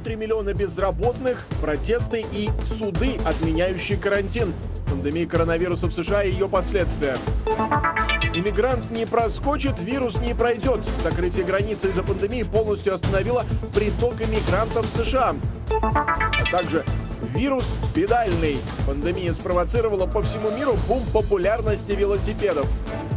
103 миллиона безработных, протесты и суды, отменяющие карантин. Пандемия коронавируса в США и ее последствия. Иммигрант не проскочит, вирус не пройдет. Закрытие границы из-за пандемии полностью остановило приток иммигрантов в США. А также вирус педальный. Пандемия спровоцировала по всему миру бум популярности велосипедов.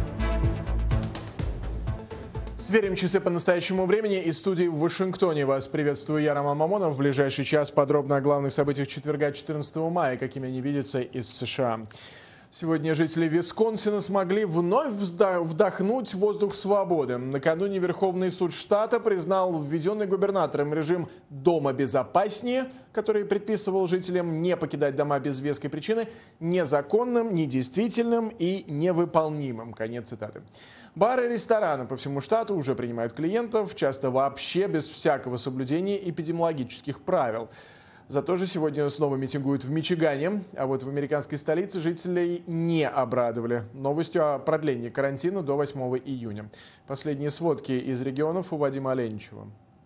Сверим часы по настоящему времени. Из студии в Вашингтоне вас приветствую я, Роман Мамонов. В ближайший час подробно о главных событиях четверга 14 мая, какими они видятся из США. Сегодня жители Висконсина смогли вновь вдохнуть воздух свободы. Накануне Верховный суд штата признал введенный губернатором режим «дома безопаснее», который предписывал жителям не покидать дома без веской причины, незаконным, недействительным и невыполнимым. Конец цитаты. Бары и рестораны по всему штату уже принимают клиентов, часто вообще без всякого соблюдения эпидемиологических правил. Зато же сегодня снова митингуют в Мичигане, а вот в американской столице жителей не обрадовали новостью о продлении карантина до 8 июня. Последние сводки из регионов у Вадима Оленичева.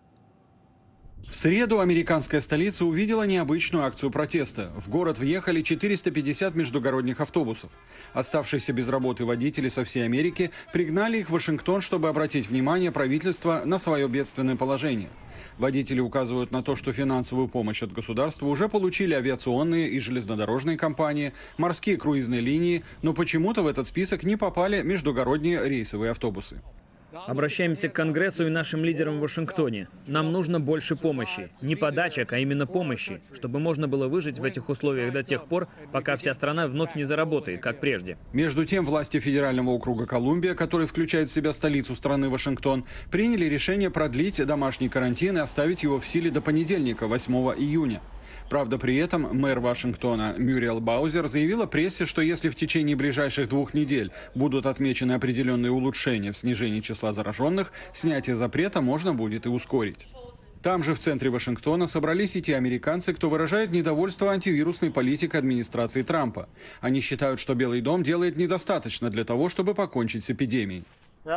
В среду американская столица увидела необычную акцию протеста. В город въехали 450 междугородних автобусов. Оставшиеся без работы водители со всей Америки пригнали их в Вашингтон, чтобы обратить внимание правительства на свое бедственное положение. Водители указывают на то, что финансовую помощь от государства уже получили авиационные и железнодорожные компании, морские круизные линии, но почему-то в этот список не попали междугородние рейсовые автобусы. Обращаемся к Конгрессу и нашим лидерам в Вашингтоне. Нам нужно больше помощи. Не подачек, а именно помощи, чтобы можно было выжить в этих условиях до тех пор, пока вся страна вновь не заработает, как прежде. Между тем, власти федерального округа Колумбия, который включает в себя столицу страны Вашингтон, приняли решение продлить домашний карантин и оставить его в силе до понедельника, 8 июня. Правда, при этом мэр Вашингтона Мюриэл Баузер заявила прессе, что если в течение ближайших 2 недель будут отмечены определенные улучшения в снижении числа зараженных, снятие запрета можно будет и ускорить. Там же в центре Вашингтона собрались и те американцы, кто выражает недовольство антивирусной политикой администрации Трампа. Они считают, что Белый дом делает недостаточно для того, чтобы покончить с эпидемией.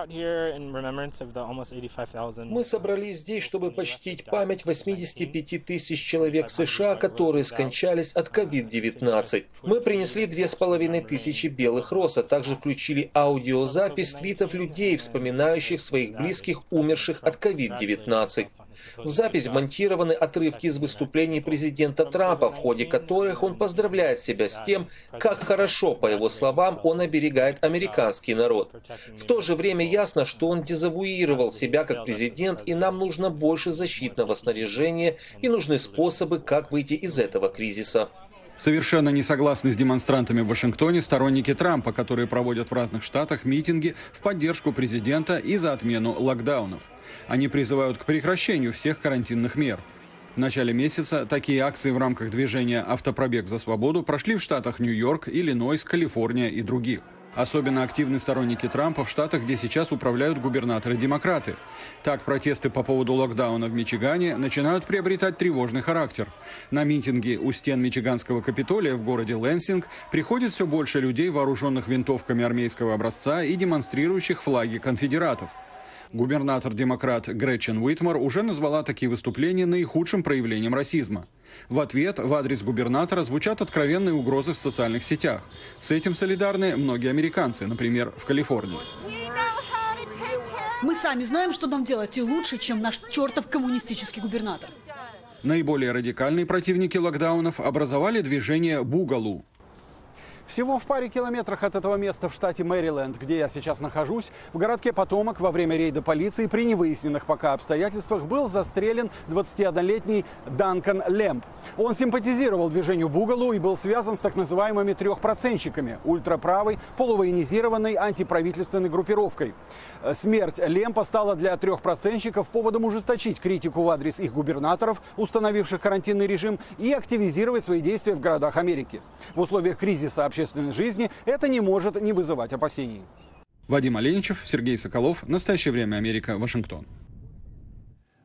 Мы собрались здесь, чтобы почтить память 85 тысяч человек в США, которые скончались от COVID-19. Мы принесли 2500 белых роз, а также включили аудиозапись твитов людей, вспоминающих своих близких, умерших от COVID-19. В запись вмонтированы отрывки из выступлений президента Трампа, в ходе которых он поздравляет себя с тем, как хорошо, по его словам, он оберегает американский народ. В то же время ясно, что он дезавуировал себя как президент, и нам нужно больше защитного снаряжения и нужны способы, как выйти из этого кризиса. Совершенно не согласны с демонстрантами в Вашингтоне сторонники Трампа, которые проводят в разных штатах митинги в поддержку президента и за отмену локдаунов. Они призывают к прекращению всех карантинных мер. В начале месяца такие акции в рамках движения «Автопробег за свободу» прошли в штатах Нью-Йорк, Иллинойс, Калифорния и других. Особенно активны сторонники Трампа в штатах, где сейчас управляют губернаторы-демократы. Так, протесты по поводу локдауна в Мичигане начинают приобретать тревожный характер. На митинги у стен Мичиганского Капитолия в городе Лэнсинг приходит все больше людей, вооруженных винтовками армейского образца и демонстрирующих флаги конфедератов. Губернатор-демократ Гретчен Уитмор уже назвала такие выступления наихудшим проявлением расизма. В ответ в адрес губернатора звучат откровенные угрозы в социальных сетях. С этим солидарны многие американцы, например, в Калифорнии. Мы сами знаем, что нам делать, и лучше, чем наш чертов коммунистический губернатор. Наиболее радикальные противники локдаунов образовали движение «Бугалу». Всего в паре километрах от этого места в штате Мэриленд, где я сейчас нахожусь, в городке Потомак во время рейда полиции при невыясненных пока обстоятельствах был застрелен 21-летний Данкан Лэмп. Он симпатизировал движению Бугалу и был связан с так называемыми трехпроцентщиками – ультраправой, полувоенизированной антиправительственной группировкой. Смерть Лэмпа стала для трехпроцентщиков поводом ужесточить критику в адрес их губернаторов, установивших карантинный режим, и активизировать свои действия в городах Америки. В условиях кризиса общественной жизни это не может не вызывать опасений. Вадим Оленичев, Сергей Соколов. Настоящее время. Америка. Вашингтон.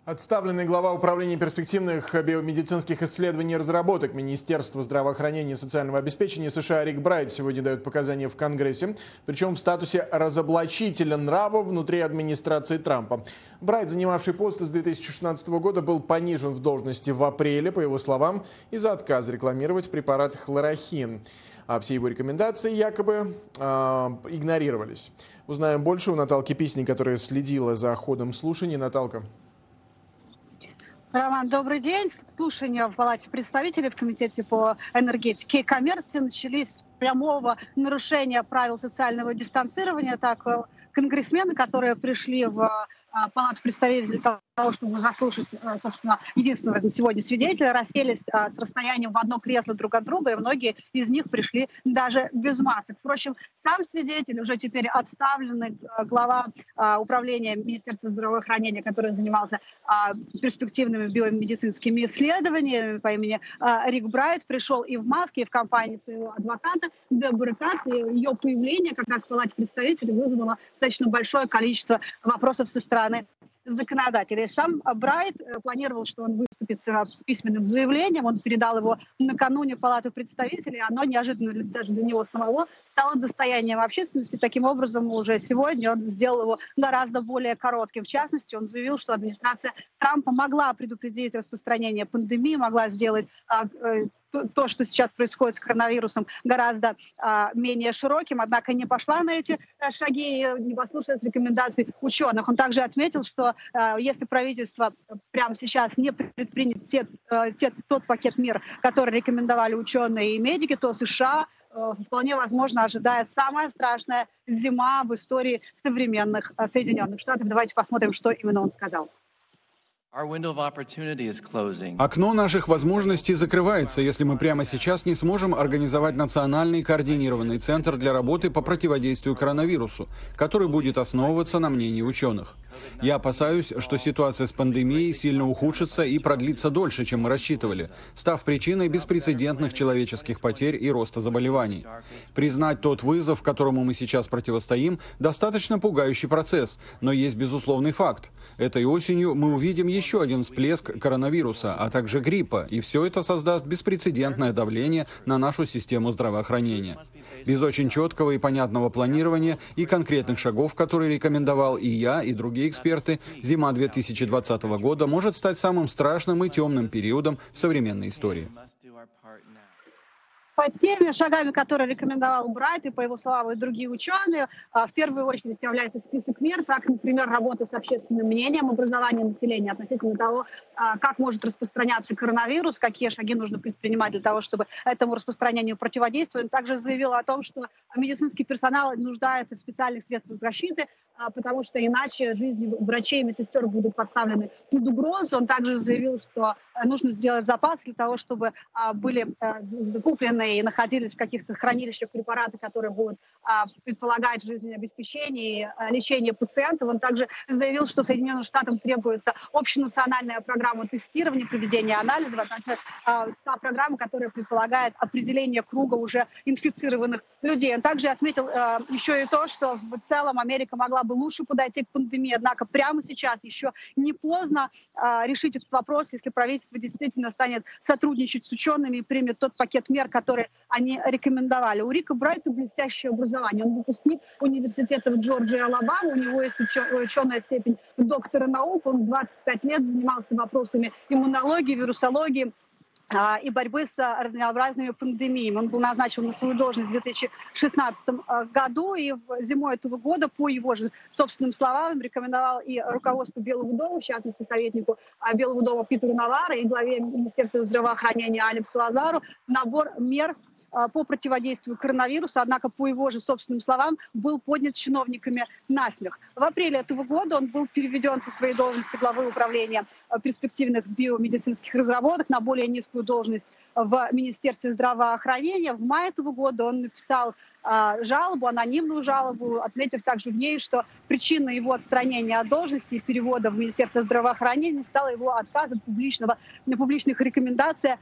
Отставленный глава управления перспективных биомедицинских исследований и разработок Министерства здравоохранения и социального обеспечения США Рик Брайт сегодня дает показания в Конгрессе, причем в статусе разоблачителя нравов внутри администрации Трампа. Брайт, занимавший пост с 2016 года, был понижен в должности в апреле, по его словам, из-за отказа рекламировать препарат хлорохин. А все его рекомендации якобы игнорировались. Узнаем больше у Наталки Писни, которая следила за ходом слушаний. Наталка. Роман, добрый день. Слушания в Палате представителей в Комитете по энергетике и коммерции начались с прямого нарушения правил социального дистанцирования. Так, конгрессмены, которые пришли в Палату представителей для того, чтобы заслушать, собственно, единственного на сегодня свидетеля, расселись с расстоянием в одно кресло друг от друга, и многие из них пришли даже без масок. Впрочем, сам свидетель, уже теперь отставленный глава управления Министерства здравоохранения, который занимался перспективными биомедицинскими исследованиями по имени Рик Брайт, пришел и в маске, и в компании своего адвоката Деборы Касс. И ее появление как раз в Палате представителей вызвало достаточно большое количество вопросов со стороны законодателей. Сам Брайт планировал, что он выступит с письменным заявлением. Он передал его накануне в Палату представителей. Оно неожиданно даже для него самого стало достоянием общественности. Таким образом, уже сегодня он сделал его гораздо более коротким. В частности, он заявил, что администрация Трампа могла предупредить распространение пандемии, могла сделать то, что сейчас происходит с коронавирусом, гораздо менее широким, однако не пошла на эти шаги и не послушалась рекомендаций ученых. Он также отметил, что если правительство прямо сейчас не предпринят тот пакет мер, который рекомендовали ученые и медики, то США вполне возможно ожидает самая страшная зима в истории современных Соединенных Штатов. Давайте посмотрим, что именно он сказал. Окно наших возможностей закрывается, если мы прямо сейчас не сможем организовать национальный координированный центр для работы по противодействию коронавирусу, который будет основываться на мнении ученых. Я опасаюсь, что ситуация с пандемией сильно ухудшится и продлится дольше, чем мы рассчитывали, став причиной беспрецедентных человеческих потерь и роста заболеваний. Признать тот вызов, которому мы сейчас противостоим, достаточно пугающий процесс, но есть безусловный факт. Этой осенью мы увидим еще один всплеск коронавируса, а также гриппа, и все это создаст беспрецедентное давление на нашу систему здравоохранения. Без очень четкого и понятного планирования и конкретных шагов, которые рекомендовал и я, и другие эксперты, зима 2020 года может стать самым страшным и темным периодом в современной истории. По теми шагами, которые рекомендовал Брайт, и по его словам, и другие ученые, в первую очередь является список мер, так, например, работа с общественным мнением, образование населения относительно того, как может распространяться коронавирус, какие шаги нужно предпринимать для того, чтобы этому распространению противодействовать. Он также заявил о том, что медицинский персонал нуждается в специальных средствах защиты, потому что иначе жизни врачей и медсестер будут поставлены под угрозу. Он также заявил, что нужно сделать запас для того, чтобы были закуплены и находились в каких-то хранилищах препараты, которые будут предполагать жизнеобеспечение и лечение пациентов. Он также заявил, что Соединенным Штатам требуется общенациональная программа тестирования, проведения анализов, а также та программа, которая предполагает определение круга уже инфицированных людей. Он также отметил еще и то, что в целом Америка могла бы лучше подойти к пандемии, однако прямо сейчас еще не поздно решить этот вопрос, если правительство действительно станет сотрудничать с учеными и примет тот пакет мер, который они рекомендовали. У Рика Брайта блестящее образование. Он выпускник университета в Джорджии и Алабамы. У него есть ученая степень доктора наук. Он 25 лет занимался вопросами иммунологии, вирусологии и борьбы с разнообразными пандемиями. Он был назначен на свою должность в 2016 году, и зимой этого года, по его же собственным словам, рекомендовал и руководству Белого дома, в частности, советнику Белого дома Питеру Наваро и главе Министерства здравоохранения Алексу Азару набор мер по противодействию коронавирусу, однако, по его же собственным словам, был поднят чиновниками насмех. В апреле этого года он был переведен со своей должности главы управления перспективных биомедицинских разработок на более низкую должность в Министерстве здравоохранения. В мае этого года он написал жалобу, анонимную жалобу, отметив также в ней, что причиной его отстранения от должности и перевода в Министерство здравоохранения стало его отказ от публичных рекомендаций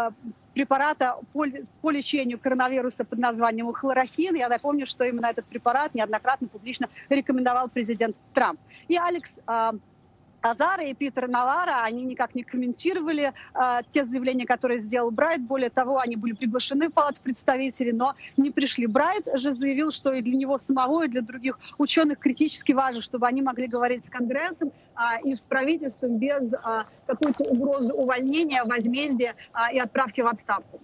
препарата по лечению коронавируса под названием хлорохин. Я напомню, что именно этот препарат неоднократно публично рекомендовал президент Трамп. И Алекс Азара и Питер Навара, они никак не комментировали те заявления, которые сделал Брайт. Более того, они были приглашены в Палату представителей, но не пришли. Брайт же заявил, что и для него самого, и для других ученых критически важно, чтобы они могли говорить с Конгрессом и с правительством без какой-то угрозы увольнения, возмездия и отправки в отставку.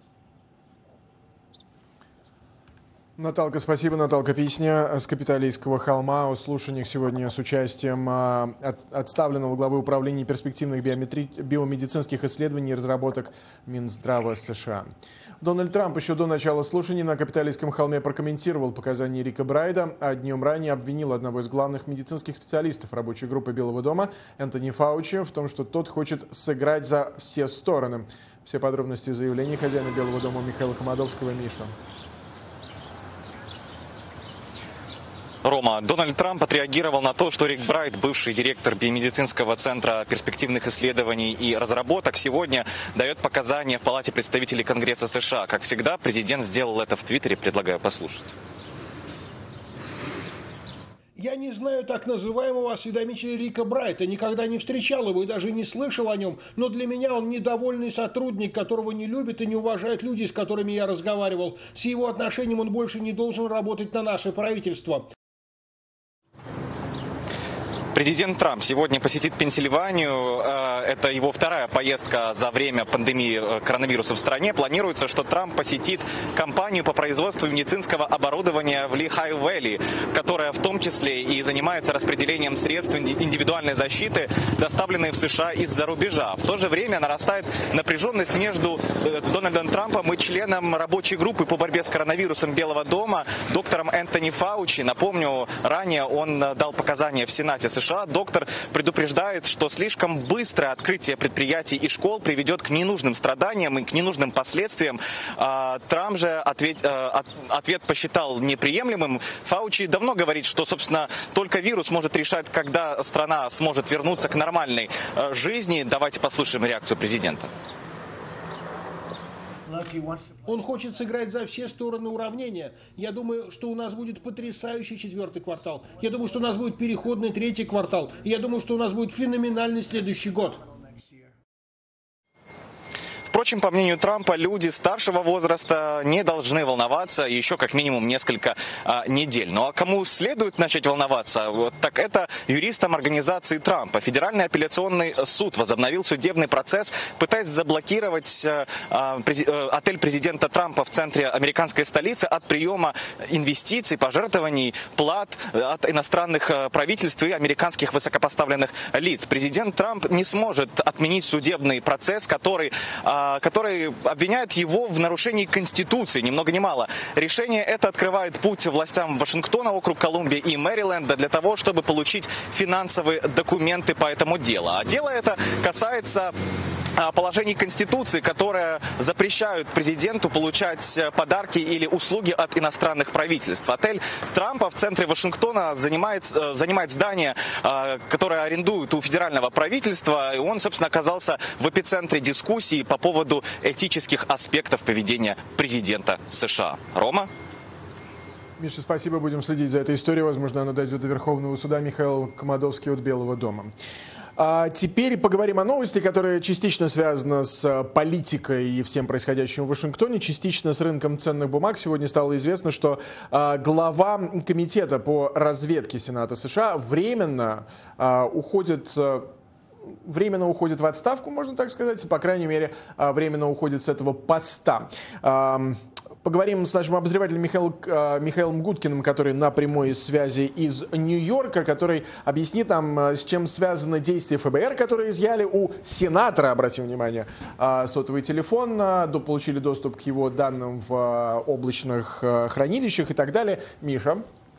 Наталка, спасибо. Наталка Писня с Капитолийского холма о слушаниях сегодня с участием отставленного главы управления перспективных биомедицинских исследований и разработок Минздрава США. Дональд Трамп еще до начала слушаний на Капитолийском холме прокомментировал показания Рика Брайда, а днем ранее обвинил одного из главных медицинских специалистов рабочей группы Белого дома Энтони Фаучи в том, что тот хочет сыграть за все стороны. Все подробности заявлений хозяина Белого дома Михаила Комодовского. Миша. Рома, Дональд Трамп отреагировал на то, что Рик Брайт, бывший директор биомедицинского центра перспективных исследований и разработок, сегодня дает показания в Палате представителей Конгресса США. Как всегда, президент сделал это в Твиттере. Предлагаю послушать. Я не знаю так называемого осведомителя Рика Брайта, никогда не встречал его и даже не слышал о нем, но для меня он недовольный сотрудник, которого не любят и не уважают люди, с которыми я разговаривал. С его отношением он больше не должен работать на наше правительство. Президент Трамп сегодня посетит Пенсильванию. Это его вторая поездка за время пандемии коронавируса в стране. Планируется, что Трамп посетит компанию по производству медицинского оборудования в Лехай-Вэлли, которая в том числе и занимается распределением средств индивидуальной защиты, доставленные в США из-за рубежа. В то же время нарастает напряженность между Дональдом Трампом и членом рабочей группы по борьбе с коронавирусом Белого дома, доктором Энтони Фаучи. Напомню, ранее он дал показания в Сенате США. Доктор предупреждает, что слишком быстрое открытие предприятий и школ приведет к ненужным страданиям и к ненужным последствиям. Трамп же ответ посчитал неприемлемым. Фаучи давно говорит, что, собственно, только вирус может решать, когда страна сможет вернуться к нормальной жизни. Давайте послушаем реакцию президента. Он хочет сыграть за все стороны уравнения. Я думаю, что у нас будет потрясающий 4-й квартал. Я думаю, что у нас будет переходный 3-й квартал. Я думаю, что у нас будет феноменальный следующий год. Впрочем, по мнению Трампа, люди старшего возраста не должны волноваться еще как минимум несколько недель. Ну а кому следует начать волноваться, так это юристам организации Трампа. Федеральный апелляционный суд возобновил судебный процесс, пытаясь заблокировать отель президента Трампа в центре американской столицы от приема инвестиций, пожертвований, плат от иностранных правительств и американских высокопоставленных лиц. Президент Трамп не сможет отменить судебный процесс, который обвиняет его в нарушении Конституции, ни много ни мало. Решение это открывает путь властям Вашингтона, округ Колумбия и Мэриленда для того, чтобы получить финансовые документы по этому делу. А дело это касается положений Конституции, которые запрещают президенту получать подарки или услуги от иностранных правительств. Отель Трампа в центре Вашингтона занимает здание, которое арендует у федерального правительства, и он, собственно, оказался в эпицентре дискуссии по поводу этических аспектов поведения президента США. Рома? Миша, спасибо. Будем следить за этой историей. Возможно, она дойдет до Верховного суда. Михаил Комодовский от Белого дома. А теперь поговорим о новости, которая частично связана с политикой и всем происходящим в Вашингтоне, частично с рынком ценных бумаг. Сегодня стало известно, что глава комитета по разведке Сената США временно уходит в отставку, можно так сказать, по крайней мере, временно уходит с этого поста. Поговорим с нашим обозревателем Михаилом Гудкиным, который на прямой связи из Нью-Йорка, который объяснит нам, с чем связаны действия ФБР, которые изъяли у сенатора, обратим внимание, сотовый телефон, получили доступ к его данным в облачных хранилищах и так далее. Миша.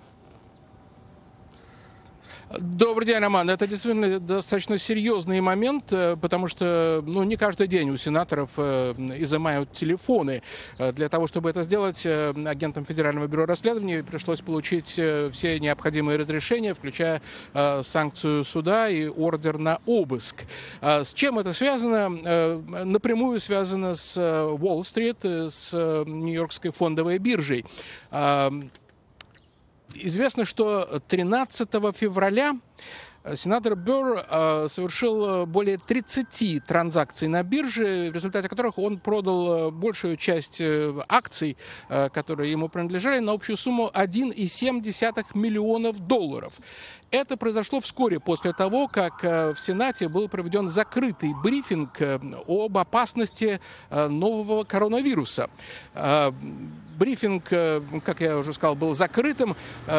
Добрый день, Роман. Это действительно достаточно серьезный момент, потому что не каждый день у сенаторов изымают телефоны. Для того, чтобы это сделать, агентам Федерального бюро расследований пришлось получить все необходимые разрешения, включая санкцию суда и ордер на обыск. С чем это связано? Напрямую связано с Уолл-стрит, с Нью-Йоркской фондовой биржей. Известно, что 13 февраля Сенатор Берр совершил более 30 транзакций на бирже, в результате которых он продал большую часть акций, которые ему принадлежали, на общую сумму $1,7 миллиона. Это произошло вскоре после того, как в Сенате был проведен закрытый брифинг об опасности нового коронавируса. Брифинг, как я уже сказал, был закрытым.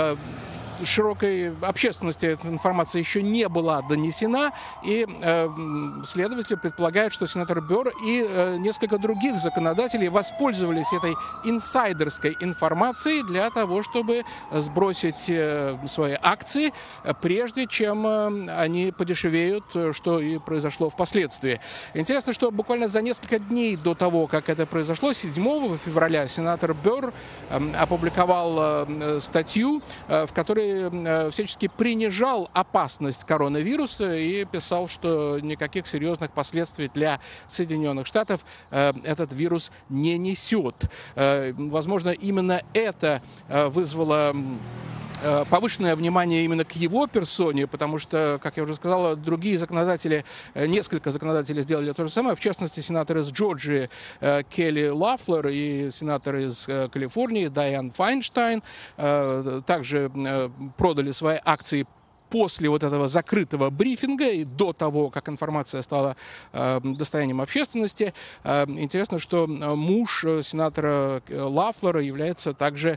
Широкой общественности эта информация еще не была донесена, и следователи предполагают, что сенатор Берр и несколько других законодателей воспользовались этой инсайдерской информацией для того, чтобы сбросить свои акции, прежде чем они подешевеют, что и произошло впоследствии. Интересно, что буквально за несколько дней до того, как это произошло, 7 февраля, сенатор Берр опубликовал статью, в которой всячески принижал опасность коронавируса и писал, что никаких серьезных последствий для Соединенных Штатов этот вирус не несет. Возможно, именно это вызвало повышенное внимание именно к его персоне, потому что, как я уже сказал, другие законодатели, несколько законодателей сделали то же самое, в частности, сенатор из Джорджии Келли Лафлер и сенатор из Калифорнии Дайан Файнштайн также продали свои акции после вот этого закрытого брифинга и до того, как информация стала достоянием общественности. Интересно, что муж сенатора Лафлера является также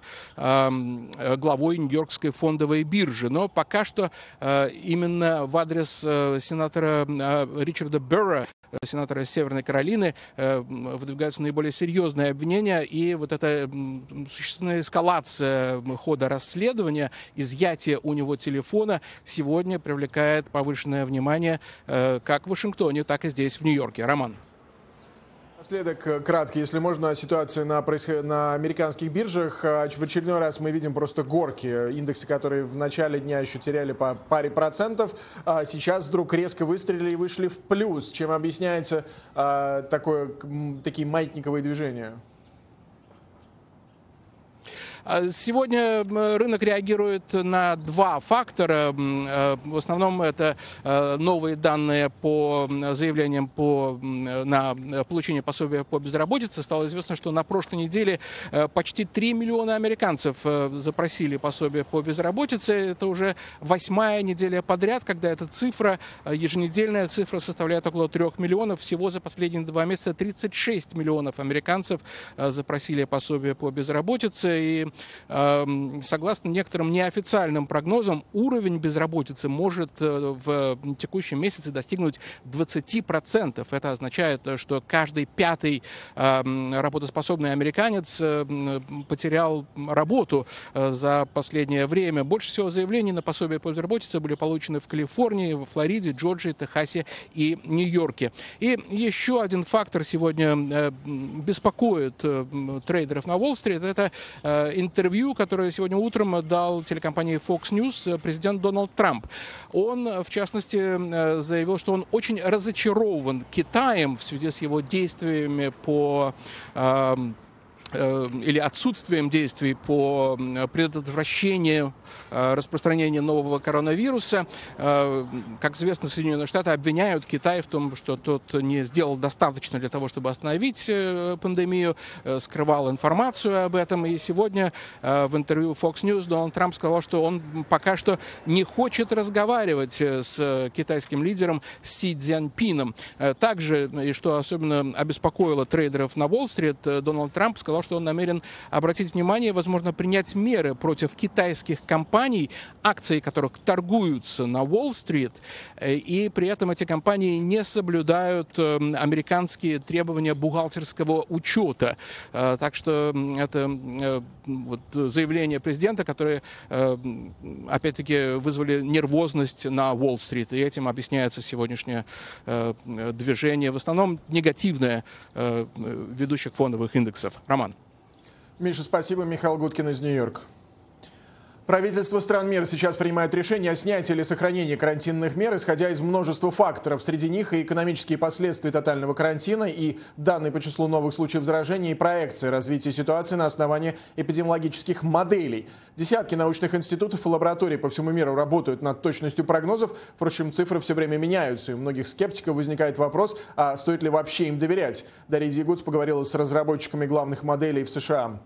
главой Нью-Йоркской фондовой биржи. Но пока что именно в адрес сенатора Ричарда Берра, сенатора из Северной Каролины, выдвигаются наиболее серьезные обвинения, и вот эта существенная эскалация хода расследования, изъятие у него телефона сегодня привлекает повышенное внимание как в Вашингтоне, так и здесь, в Нью-Йорке. Роман. Напоследок, кратко, если можно, о ситуации на американских биржах. В очередной раз мы видим просто горки. Индексы, которые в начале дня еще теряли по паре процентов, сейчас вдруг резко выстрелили и вышли в плюс. Чем объясняется такие маятниковые движения? Сегодня рынок реагирует на два фактора. В основном это новые данные по заявлениям на получение пособия по безработице. Стало известно, что на прошлой неделе почти 3 миллиона американцев запросили пособие по безработице. Это уже 8-я неделя подряд, когда эта цифра, еженедельная цифра, составляет около 3 миллионов. Всего за последние 2 месяца 36 миллионов американцев запросили пособие по безработице. И согласно некоторым неофициальным прогнозам, уровень безработицы может в текущем месяце достигнуть 20%. Это означает, что каждый 5-й работоспособный американец потерял работу за последнее время. Больше всего заявлений на пособие по безработице были получены в Калифорнии, во Флориде, Джорджии, Техасе и Нью-Йорке. И еще один фактор сегодня беспокоит трейдеров на Уолл-стрит. Это интервью, которое сегодня утром дал телекомпании Fox News президент Дональд Трамп. Он, в частности, заявил, что он очень разочарован Китаем в связи с его действиями или отсутствием действий по предотвращению распространения нового коронавируса. Как известно, Соединенные Штаты обвиняют Китай в том, что тот не сделал достаточно для того, чтобы остановить пандемию, скрывал информацию об этом. И сегодня в интервью Fox News Дональд Трамп сказал, что он пока что не хочет разговаривать с китайским лидером Си Цзяньпином. Также, и что особенно обеспокоило трейдеров на Уолл-стрит, Дональд Трамп сказал, что он намерен обратить внимание, возможно, принять меры против китайских компаний, акции которых торгуются на Уолл-стрит, и при этом эти компании не соблюдают американские требования бухгалтерского учета. Так что это заявление президента, которые, опять-таки, вызвали нервозность на Уолл-стрит, и этим объясняется сегодняшнее движение, в основном негативное, ведущих фондовых индексов. Роман. Миша, спасибо. Михаил Гудкин из Нью-Йорка. Правительство стран мира сейчас принимает решение о снятии или сохранении карантинных мер, исходя из множества факторов. Среди них и экономические последствия тотального карантина, и данные по числу новых случаев заражения, и проекции развития ситуации на основании эпидемиологических моделей. Десятки научных институтов и лабораторий по всему миру работают над точностью прогнозов. Впрочем, цифры все время меняются, и у многих скептиков возникает вопрос, а стоит ли вообще им доверять. Дарья Дьягуц поговорила с разработчиками главных моделей в США.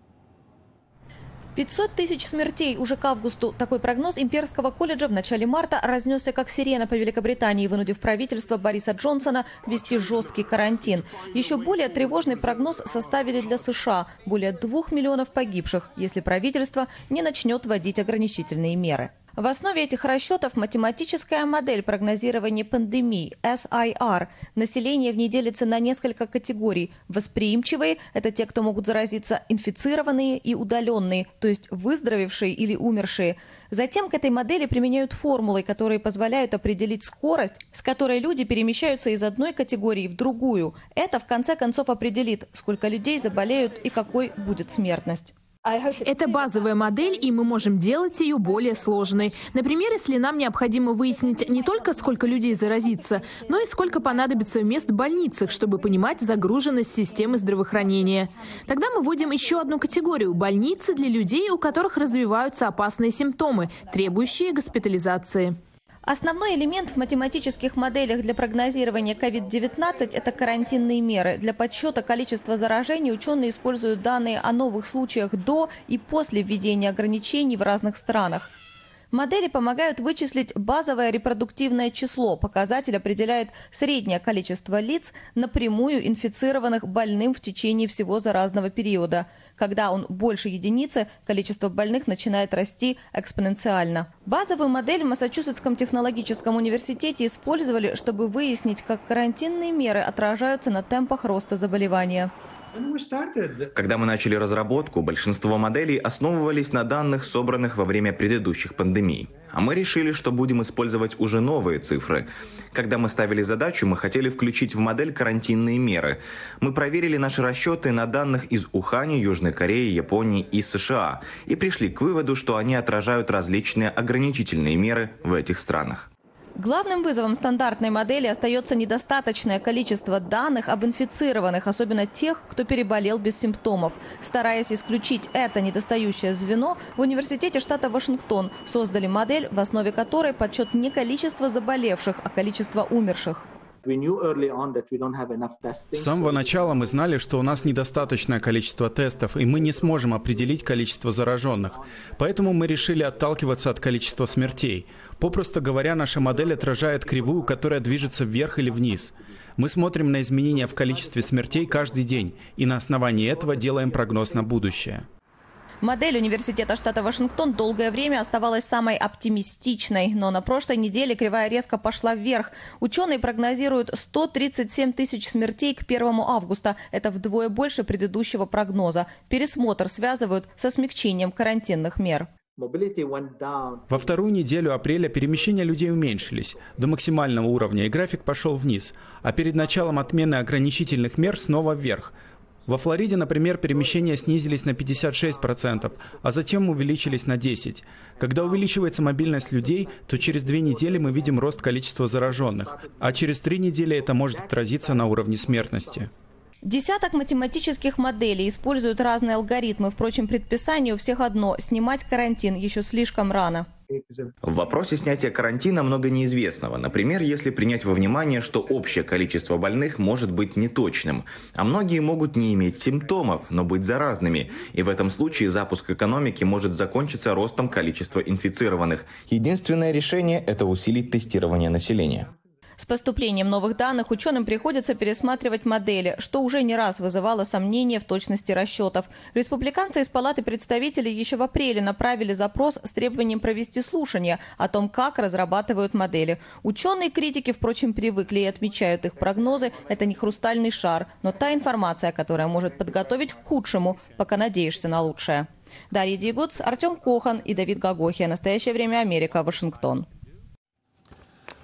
500 тысяч смертей уже к августу. Такой прогноз Имперского колледжа в начале марта разнесся как сирена по Великобритании, вынудив правительство Бориса Джонсона ввести жесткий карантин. Еще более тревожный прогноз составили для США. Более 2 миллионов погибших, если правительство не начнет вводить ограничительные меры. В основе этих расчетов математическая модель прогнозирования пандемии SIR. Население в ней делится на несколько категорий. Восприимчивые – это те, кто могут заразиться, инфицированные и удаленные, то есть выздоровевшие или умершие. Затем к этой модели применяют формулы, которые позволяют определить скорость, с которой люди перемещаются из одной категории в другую. Это в конце концов определит, сколько людей заболеют и какой будет смертность. Это базовая модель, и мы можем делать ее более сложной. Например, если нам необходимо выяснить не только, сколько людей заразится, но и сколько понадобится мест в больницах, чтобы понимать загруженность системы здравоохранения. Тогда мы вводим еще одну категорию – больницы для людей, у которых развиваются опасные симптомы, требующие госпитализации. Основной элемент в математических моделях для прогнозирования COVID-19 – это карантинные меры. Для подсчета количества заражений ученые используют данные о новых случаях до и после введения ограничений в разных странах. Модели помогают вычислить базовое репродуктивное число. Показатель определяет среднее количество лиц, напрямую инфицированных больным в течение всего заразного периода. Когда он больше единицы, количество больных начинает расти экспоненциально. Базовую модель в Массачусетском технологическом университете использовали, чтобы выяснить, как карантинные меры отражаются на темпах роста заболевания. Когда мы начали разработку, большинство моделей основывались на данных, собранных во время предыдущих пандемий. А мы решили, что будем использовать уже новые цифры. Когда мы ставили задачу, мы хотели включить в модель карантинные меры. Мы проверили наши расчеты на данных из Ухани, Южной Кореи, Японии и США и пришли к выводу, что они отражают различные ограничительные меры в этих странах. Главным вызовом стандартной модели остается недостаточное количество данных об инфицированных, особенно тех, кто переболел без симптомов. Стараясь исключить это недостающее звено, в университете штата Вашингтон создали модель, в основе которой подсчет не количества заболевших, а количества умерших. С самого начала мы знали, что у нас недостаточное количество тестов, и мы не сможем определить количество зараженных. Поэтому мы решили отталкиваться от количества смертей. Попросту говоря, наша модель отражает кривую, которая движется вверх или вниз. Мы смотрим на изменения в количестве смертей каждый день, и на основании этого делаем прогноз на будущее. Модель университета штата Вашингтон долгое время оставалась самой оптимистичной, но на прошлой неделе кривая резко пошла вверх. Ученые прогнозируют 137 тысяч смертей к 1 августа. Это вдвое больше предыдущего прогноза. Пересмотр связывают со смягчением карантинных мер. Во вторую неделю апреля перемещения людей уменьшились до максимального уровня, и график пошел вниз. А перед началом отмены ограничительных мер снова вверх. Во Флориде, например, перемещения снизились на 56%, а затем увеличились на 10%. Когда увеличивается мобильность людей, то через 2 недели мы видим рост количества зараженных, а через 3 недели это может отразиться на уровне смертности. Десяток математических моделей используют разные алгоритмы. Впрочем, предписание у всех одно – снимать карантин еще слишком рано. В вопросе снятия карантина много неизвестного. Например, если принять во внимание, что общее количество больных может быть неточным, а многие могут не иметь симптомов, но быть заразными. И в этом случае запуск экономики может закончиться ростом количества инфицированных. Единственное решение – это усилить тестирование населения. С поступлением новых данных ученым приходится пересматривать модели, что уже не раз вызывало сомнения в точности расчетов. Республиканцы из Палаты представителей еще в апреле направили запрос с требованием провести слушание о том, как разрабатывают модели. Ученые-критики, впрочем, привыкли и отмечают, их прогнозы – это не хрустальный шар, но та информация, которая может подготовить к худшему, пока надеешься на лучшее. Дарья Дьягуц, Артем Кохан и Давид Гагохи. Настоящее время Америка, Вашингтон.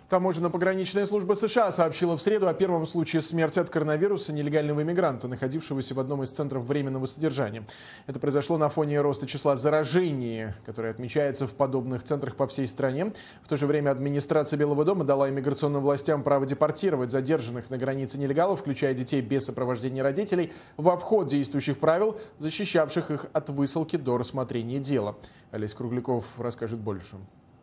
Таможенно-пограничная служба США сообщила в среду о первом случае смерти от коронавируса нелегального иммигранта, находившегося в одном из центров временного содержания. Это произошло на фоне роста числа заражений, которое отмечается в подобных центрах по всей стране. В то же время администрация Белого дома дала иммиграционным властям право депортировать задержанных на границе нелегалов, включая детей без сопровождения родителей, в обход действующих правил, защищавших их от высылки до рассмотрения дела. Олесь Кругляков расскажет больше.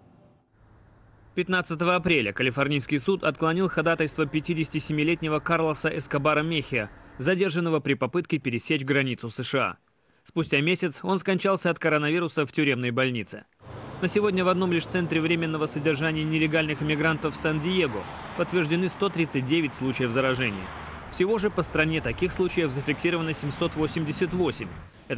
15 апреля калифорнийский суд отклонил ходатайство 57-летнего Карлоса Эскобара Мехия, задержанного при попытке пересечь границу США. Спустя месяц он скончался от коронавируса в тюремной больнице. На сегодня в одном лишь центре временного содержания нелегальных иммигрантов в Сан-Диего подтверждены 139 случаев заражения. Всего же по стране таких случаев зафиксировано 788. Это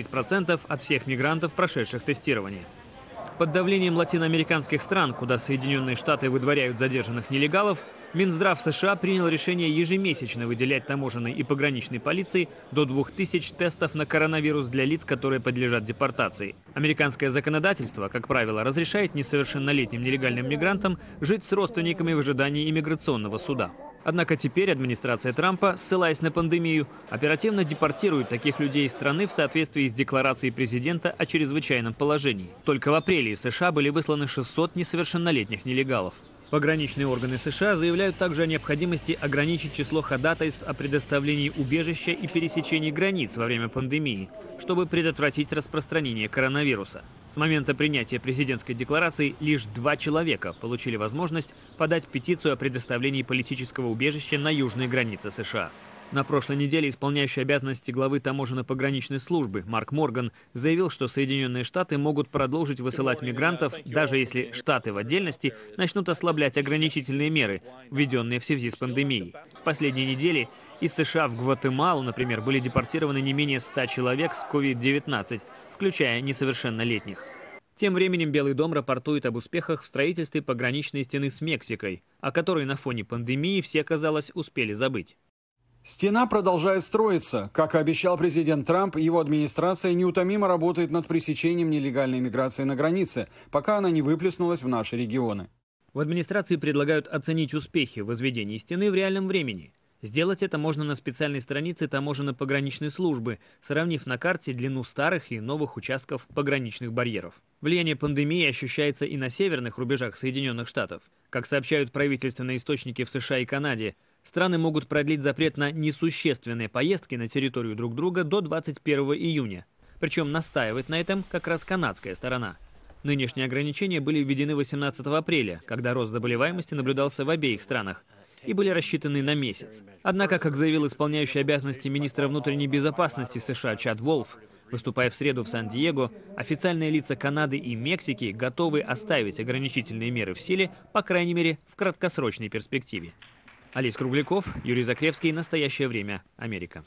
49% от всех мигрантов, прошедших тестирование. Под давлением латиноамериканских стран, куда Соединенные Штаты выдворяют задержанных нелегалов, Минздрав США принял решение ежемесячно выделять таможенной и пограничной полиции до 2000 тестов на коронавирус для лиц, которые подлежат депортации. Американское законодательство, как правило, разрешает несовершеннолетним нелегальным мигрантам жить с родственниками в ожидании иммиграционного суда. Однако теперь администрация Трампа, ссылаясь на пандемию, оперативно депортирует таких людей из страны в соответствии с декларацией президента о чрезвычайном положении. Только в апреле из США были высланы 600 несовершеннолетних нелегалов. Пограничные органы США заявляют также о необходимости ограничить число ходатайств о предоставлении убежища и пересечении границ во время пандемии, чтобы предотвратить распространение коронавируса. С момента принятия президентской декларации лишь 2 человека получили возможность подать петицию о предоставлении политического убежища на южной границе США. На прошлой неделе исполняющий обязанности главы таможенно-пограничной службы Марк Морган заявил, что Соединенные Штаты могут продолжить высылать мигрантов, даже если штаты в отдельности начнут ослаблять ограничительные меры, введенные в связи с пандемией. В последние недели из США в Гватемалу, например, были депортированы не менее 100 человек с COVID-19, включая несовершеннолетних. Тем временем Белый дом рапортует об успехах в строительстве пограничной стены с Мексикой, о которой на фоне пандемии все, казалось, успели забыть. Стена продолжает строиться. Как и обещал президент Трамп, его администрация неутомимо работает над пресечением нелегальной миграции на границе, пока она не выплеснулась в наши регионы. В администрации предлагают оценить успехи в возведении стены в реальном времени. Сделать это можно на специальной странице таможенно-пограничной службы, сравнив на карте длину старых и новых участков пограничных барьеров. Влияние пандемии ощущается и на северных рубежах Соединенных Штатов. Как сообщают правительственные источники в США и Канаде, страны могут продлить запрет на несущественные поездки на территорию друг друга до 21 июня. Причем настаивает на этом как раз канадская сторона. Нынешние ограничения были введены 18 апреля, когда рост заболеваемости наблюдался в обеих странах, и были рассчитаны на месяц. Однако, как заявил исполняющий обязанности министра внутренней безопасности США Чад Волф, выступая в среду в Сан-Диего, официальные лица Канады и Мексики готовы оставить ограничительные меры в силе, по крайней мере, в краткосрочной перспективе. Олесь Кругляков, Юрий Закревский. Настоящее время. Америка.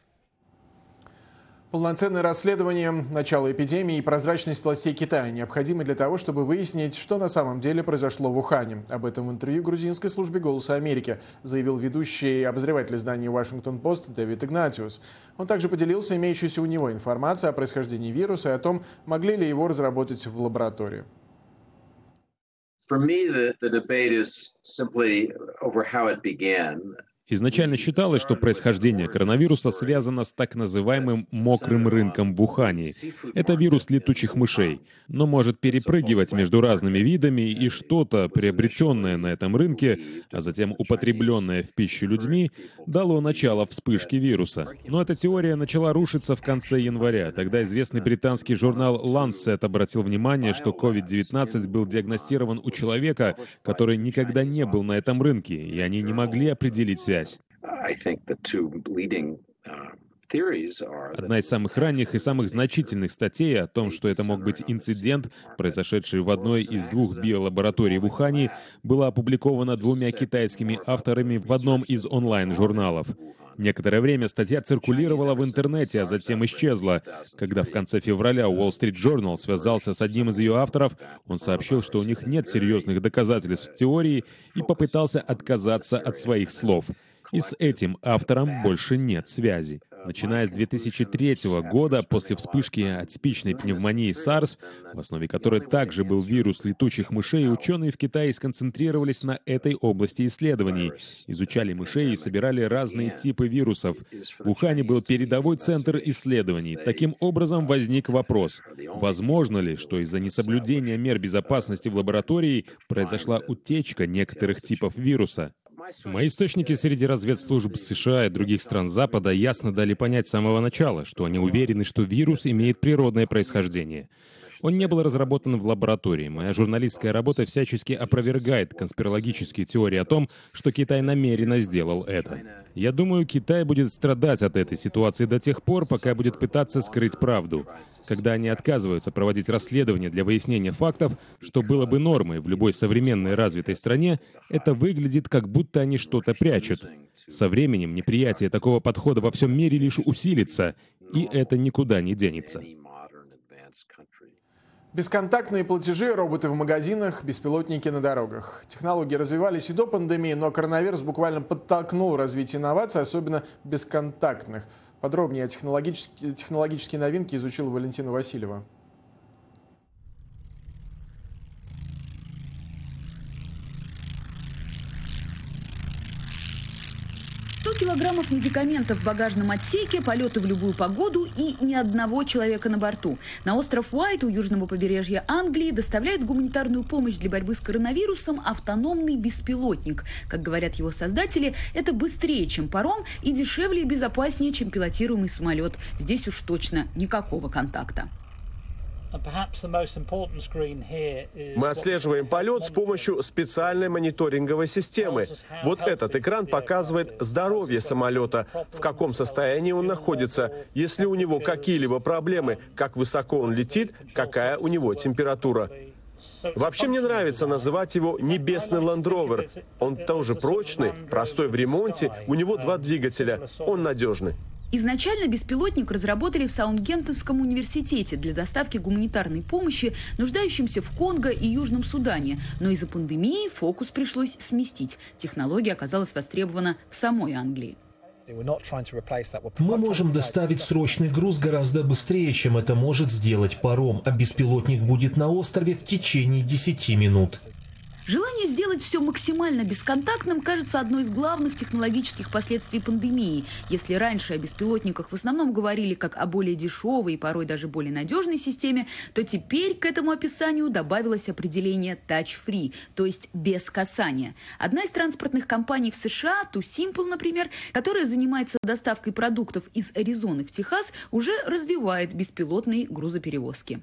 Полноценное расследование начала эпидемии и прозрачность властей Китая необходимы для того, чтобы выяснить, что на самом деле произошло в Ухане. Об этом в интервью грузинской службе «Голоса Америки» заявил ведущий обозреватель издания «Вашингтон-Пост» Дэвид Игнатиус. Он также поделился имеющейся у него информацией о происхождении вируса и о том, могли ли его разработать в лаборатории. Изначально считалось, что происхождение коронавируса связано с так называемым мокрым рынком в Ухане. Это вирус летучих мышей, но может перепрыгивать между разными видами, и что-то, приобретенное на этом рынке, а затем употребленное в пищу людьми, дало начало вспышке вируса. Но эта теория начала рушиться в конце января. Тогда известный британский журнал Lancet обратил внимание, что COVID-19 был диагностирован у человека, который никогда не был на этом рынке, и они не могли определить связь. Одна из самых ранних и самых значительных статей о том, что это мог быть инцидент, произошедший в одной из 2 биолабораторий в Ухане, была опубликована 2 китайскими авторами в одном из онлайн-журналов. Некоторое время статья циркулировала в интернете, а затем исчезла. Когда в конце февраля Wall Street Journal связался с одним из ее авторов, он сообщил, что у них нет серьезных доказательств теории, и попытался отказаться от своих слов. И с этим автором больше нет связи. Начиная с 2003 года, после вспышки атипичной пневмонии SARS, в основе которой также был вирус летучих мышей, ученые в Китае сконцентрировались на этой области исследований, изучали мышей и собирали разные типы вирусов. В Ухане был передовой центр исследований. Таким образом, возник вопрос, возможно ли, что из-за несоблюдения мер безопасности в лаборатории произошла утечка некоторых типов вируса? Мои источники среди разведслужб США и других стран Запада ясно дали понять с самого начала, что они уверены, что вирус имеет природное происхождение. Он не был разработан в лаборатории. Моя журналистская работа всячески опровергает конспирологические теории о том, что Китай намеренно сделал это. Я думаю, Китай будет страдать от этой ситуации до тех пор, пока будет пытаться скрыть правду. Когда они отказываются проводить расследования для выяснения фактов, что было бы нормой в любой современной развитой стране, это выглядит, как будто они что-то прячут. Со временем неприятие такого подхода во всем мире лишь усилится, и это никуда не денется. Бесконтактные платежи, роботы в магазинах, беспилотники на дорогах. Технологии развивались и до пандемии, но коронавирус буквально подтолкнул развитие инноваций, особенно бесконтактных. Подробнее о технологические новинки изучила Валентина Васильева. 100 килограммов медикаментов в багажном отсеке, полеты в любую погоду и ни одного человека на борту. На остров Уайт у южного побережья Англии доставляет гуманитарную помощь для борьбы с коронавирусом автономный беспилотник. Как говорят его создатели, это быстрее, чем паром, и дешевле и безопаснее, чем пилотируемый самолет. Здесь уж точно никакого контакта. Мы отслеживаем полет с помощью специальной мониторинговой системы. Вот этот экран показывает здоровье самолета, в каком состоянии он находится, если у него какие-либо проблемы, как высоко он летит, какая у него температура. Вообще мне нравится называть его «небесный Land Rover». Он тоже прочный, простой в ремонте, у него 2 двигателя, он надежный. Изначально беспилотник разработали в Саутгемптонском университете для доставки гуманитарной помощи нуждающимся в Конго и Южном Судане. Но из-за пандемии фокус пришлось сместить. Технология оказалась востребована в самой Англии. Мы можем доставить срочный груз гораздо быстрее, чем это может сделать паром, а беспилотник будет на острове в течение 10 минут. Желание сделать все максимально бесконтактным кажется одной из главных технологических последствий пандемии. Если раньше о беспилотниках в основном говорили как о более дешевой и порой даже более надежной системе, то теперь к этому описанию добавилось определение touch-free, то есть без касания. Одна из транспортных компаний в США, Too Simple, например, которая занимается доставкой продуктов из Аризоны в Техас, уже развивает беспилотные грузоперевозки.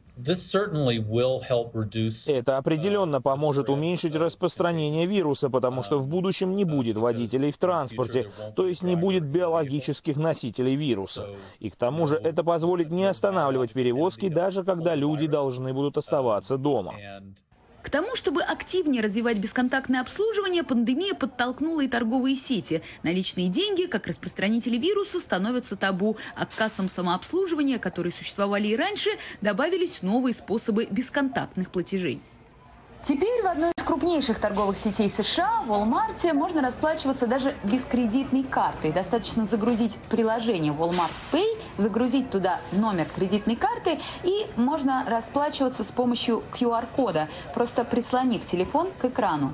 Это определенно поможет уменьшить распространение вируса, потому что в будущем не будет водителей в транспорте, то есть не будет биологических носителей вируса. И к тому же это позволит не останавливать перевозки, даже когда люди должны будут оставаться дома. К тому, чтобы активнее развивать бесконтактное обслуживание, пандемия подтолкнула и торговые сети. Наличные деньги, как распространители вируса, становятся табу, а к кассам самообслуживания, которые существовали и раньше, добавились новые способы бесконтактных платежей. Теперь в одной из крупнейших торговых сетей США, в Walmart, можно расплачиваться даже без кредитной карты. Достаточно загрузить приложение Walmart Pay, загрузить туда номер кредитной карты, и можно расплачиваться с помощью QR-кода, просто прислонив телефон к экрану.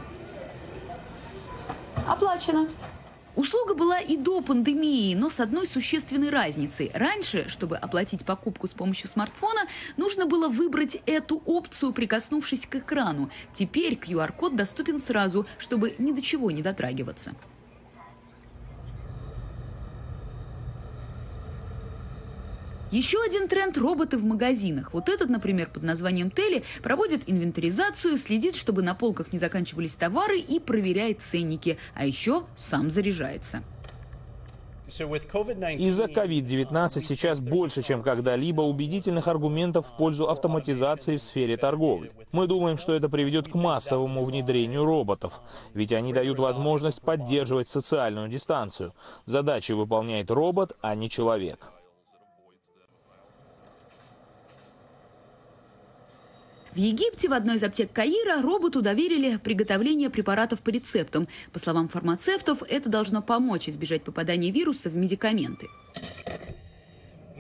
Оплачено. Услуга была и до пандемии, но с одной существенной разницей. Раньше, чтобы оплатить покупку с помощью смартфона, нужно было выбрать эту опцию, прикоснувшись к экрану. Теперь QR-код доступен сразу, чтобы ни до чего не дотрагиваться. Еще один тренд – роботы в магазинах. Вот этот, например, под названием Телли, проводит инвентаризацию, следит, чтобы на полках не заканчивались товары и проверяет ценники. А еще сам заряжается. Из-за COVID-19 сейчас больше, чем когда-либо, убедительных аргументов в пользу автоматизации в сфере торговли. Мы думаем, что это приведет к массовому внедрению роботов, ведь они дают возможность поддерживать социальную дистанцию. Задачи выполняет робот, а не человек. В Египте в одной из аптек Каира роботу доверили приготовление препаратов по рецептам. По словам фармацевтов, это должно помочь избежать попадания вируса в медикаменты.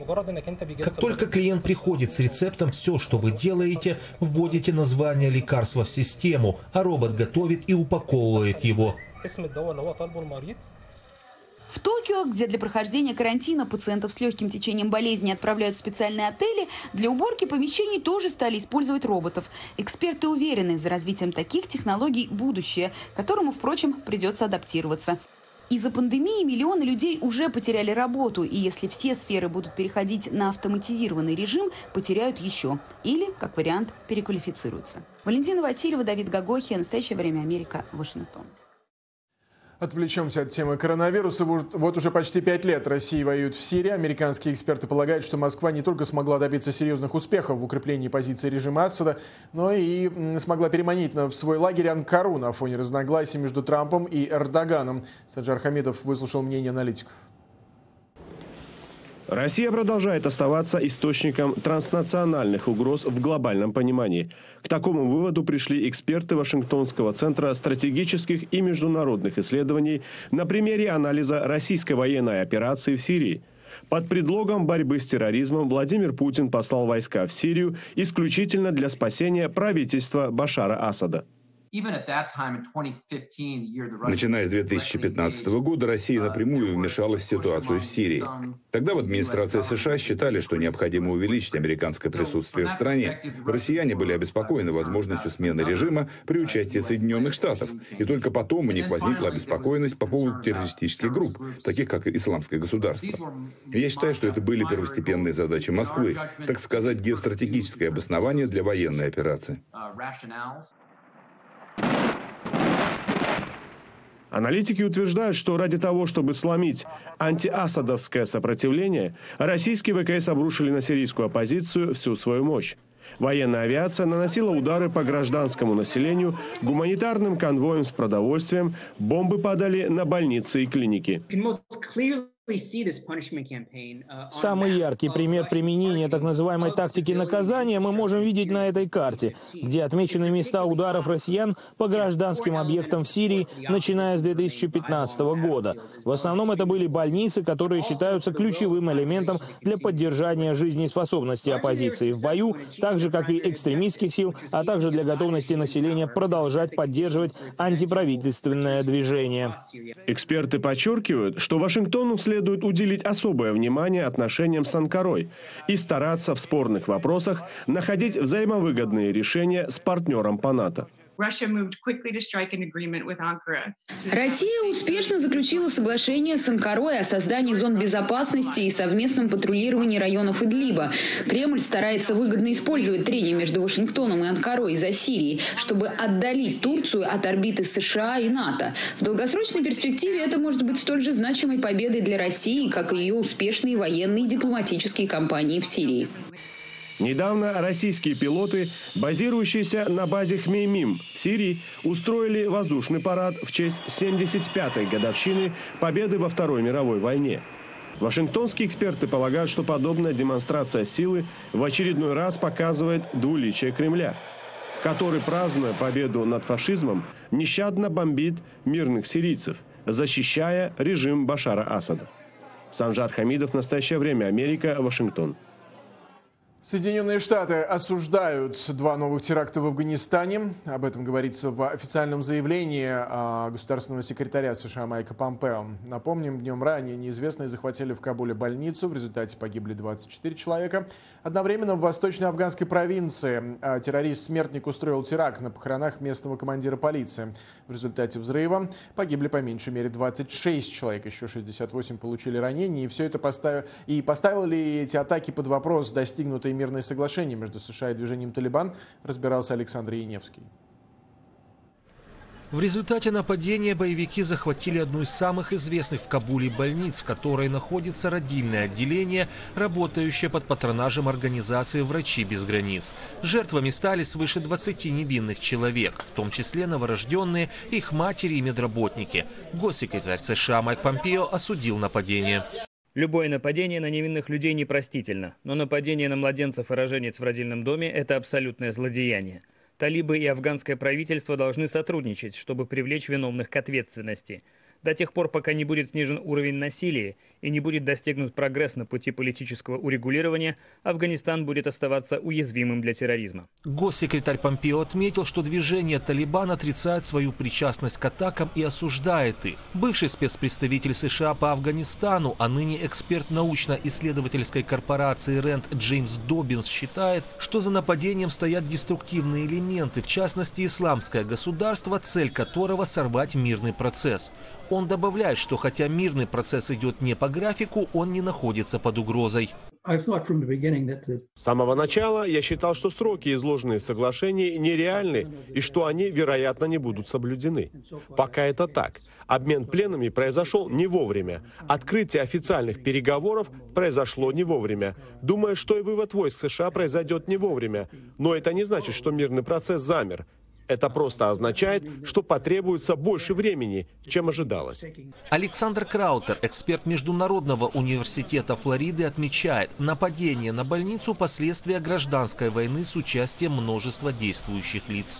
Как только клиент приходит с рецептом, все, что вы делаете, вводите название лекарства в систему, а робот готовит и упаковывает его. В Токио, где для прохождения карантина пациентов с легким течением болезни отправляют в специальные отели, для уборки помещений тоже стали использовать роботов. Эксперты уверены, за развитием таких технологий будущее, которому, впрочем, придется адаптироваться. Из-за пандемии миллионы людей уже потеряли работу, и если все сферы будут переходить на автоматизированный режим, потеряют еще. Или, как вариант, переквалифицируются. Валентина Васильева, Давид Гагохи. Настоящее время. Америка. Вашингтон. Отвлечемся от темы коронавируса. Вот уже почти 5 лет Россия воюет в Сирии. Американские эксперты полагают, что Москва не только смогла добиться серьезных успехов в укреплении позиции режима Асада, но и смогла переманить в свой лагерь Анкару на фоне разногласий между Трампом и Эрдоганом. Саджар Хамидов выслушал мнение аналитиков. Россия продолжает оставаться источником транснациональных угроз в глобальном понимании. К такому выводу пришли эксперты Вашингтонского центра стратегических и международных исследований на примере анализа российской военной операции в Сирии. Под предлогом борьбы с терроризмом Владимир Путин послал войска в Сирию исключительно для спасения правительства Башара Асада. Начиная с 2015 года Россия напрямую вмешалась в ситуацию в Сирии. Тогда в администрации США считали, что необходимо увеличить американское присутствие в стране. Россияне были обеспокоены возможностью смены режима при участии Соединенных Штатов. И только потом у них возникла обеспокоенность по поводу террористических групп, таких как Исламское государство. Я считаю, что это были первостепенные задачи Москвы, так сказать, геостратегическое обоснование для военной операции. Аналитики утверждают, что ради того, чтобы сломить антиасадовское сопротивление, российские ВКС обрушили на сирийскую оппозицию всю свою мощь. Военная авиация наносила удары по гражданскому населению, гуманитарным конвоям с продовольствием, бомбы падали на больницы и клиники. Самый яркий пример применения так называемой тактики наказания мы можем видеть на этой карте, где отмечены места ударов россиян по гражданским объектам в Сирии, начиная с 2015 года. В основном это были больницы, которые считаются ключевым элементом для поддержания жизнеспособности оппозиции в бою, так же, как и экстремистских сил, а также для готовности населения продолжать поддерживать антиправительственное движение. Эксперты подчеркивают, что Вашингтону следует уделить особое внимание отношениям с Анкарой и стараться в спорных вопросах находить взаимовыгодные решения с партнером по НАТО. Россия успешно заключила соглашение с Анкарой о создании зон безопасности и совместном патрулировании районов Идлиба. Кремль старается выгодно использовать трения между Вашингтоном и Анкарой из-за Сирии, чтобы отдалить Турцию от орбиты США и НАТО. В долгосрочной перспективе это может быть столь же значимой победой для России, как и ее успешные военные и дипломатические кампании в Сирии. Недавно российские пилоты, базирующиеся на базе Хмеймим в Сирии, устроили воздушный парад в честь 75-й годовщины победы во Второй мировой войне. Вашингтонские эксперты полагают, что подобная демонстрация силы в очередной раз показывает двуличие Кремля, который, празднуя победу над фашизмом, нещадно бомбит мирных сирийцев, защищая режим Башара Асада. Санжар Хамидов, «Настоящее время. Америка. Вашингтон». Соединенные Штаты осуждают 2 новых теракта в Афганистане. Об этом говорится в официальном заявлении государственного секретаря США Майка Помпео. Напомним, днем ранее неизвестные захватили в Кабуле больницу. В результате погибли 24 человека. Одновременно в восточной афганской провинции террорист-смертник устроил теракт на похоронах местного командира полиции. В результате взрыва погибли по меньшей мере 26 человек. Еще 68 получили ранения. И все это поставило ли эти атаки под вопрос достигнутые мирное соглашение между США и движением «Талибан», разбирался Александр Яневский. В результате нападения боевики захватили одну из самых известных в Кабуле больниц, в которой находится родильное отделение, работающее под патронажем организации «Врачи без границ». Жертвами стали свыше 20 невинных человек, в том числе новорожденные, их матери и медработники. Госсекретарь США Майк Помпео осудил нападение. Любое нападение на невинных людей непростительно, но нападение на младенцев и роженец в родильном доме – это абсолютное злодеяние. Талибы и афганское правительство должны сотрудничать, чтобы привлечь виновных к ответственности. До тех пор, пока не будет снижен уровень насилия и не будет достигнут прогресс на пути политического урегулирования, Афганистан будет оставаться уязвимым для терроризма. Госсекретарь Помпео отметил, что движение «Талибан» отрицает свою причастность к атакам и осуждает их. Бывший спецпредставитель США по Афганистану, а ныне эксперт научно-исследовательской корпорации РЭНД Джеймс Доббинс считает, что за нападением стоят деструктивные элементы, в частности исламское государство, цель которого сорвать мирный процесс. Он добавляет, что хотя мирный процесс идет не по графику, он не находится под угрозой. С самого начала я считал, что сроки, изложенные в соглашении, нереальны и что они, вероятно, не будут соблюдены. Пока это так. Обмен пленными произошел не вовремя. Открытие официальных переговоров произошло не вовремя. Думаю, что и вывод войск США произойдет не вовремя. Но это не значит, что мирный процесс замер. Это просто означает, что потребуется больше времени, чем ожидалось. Александр Краутер, эксперт Международного университета Флориды, отмечает, нападение на больницу – последствия гражданской войны с участием множества действующих лиц.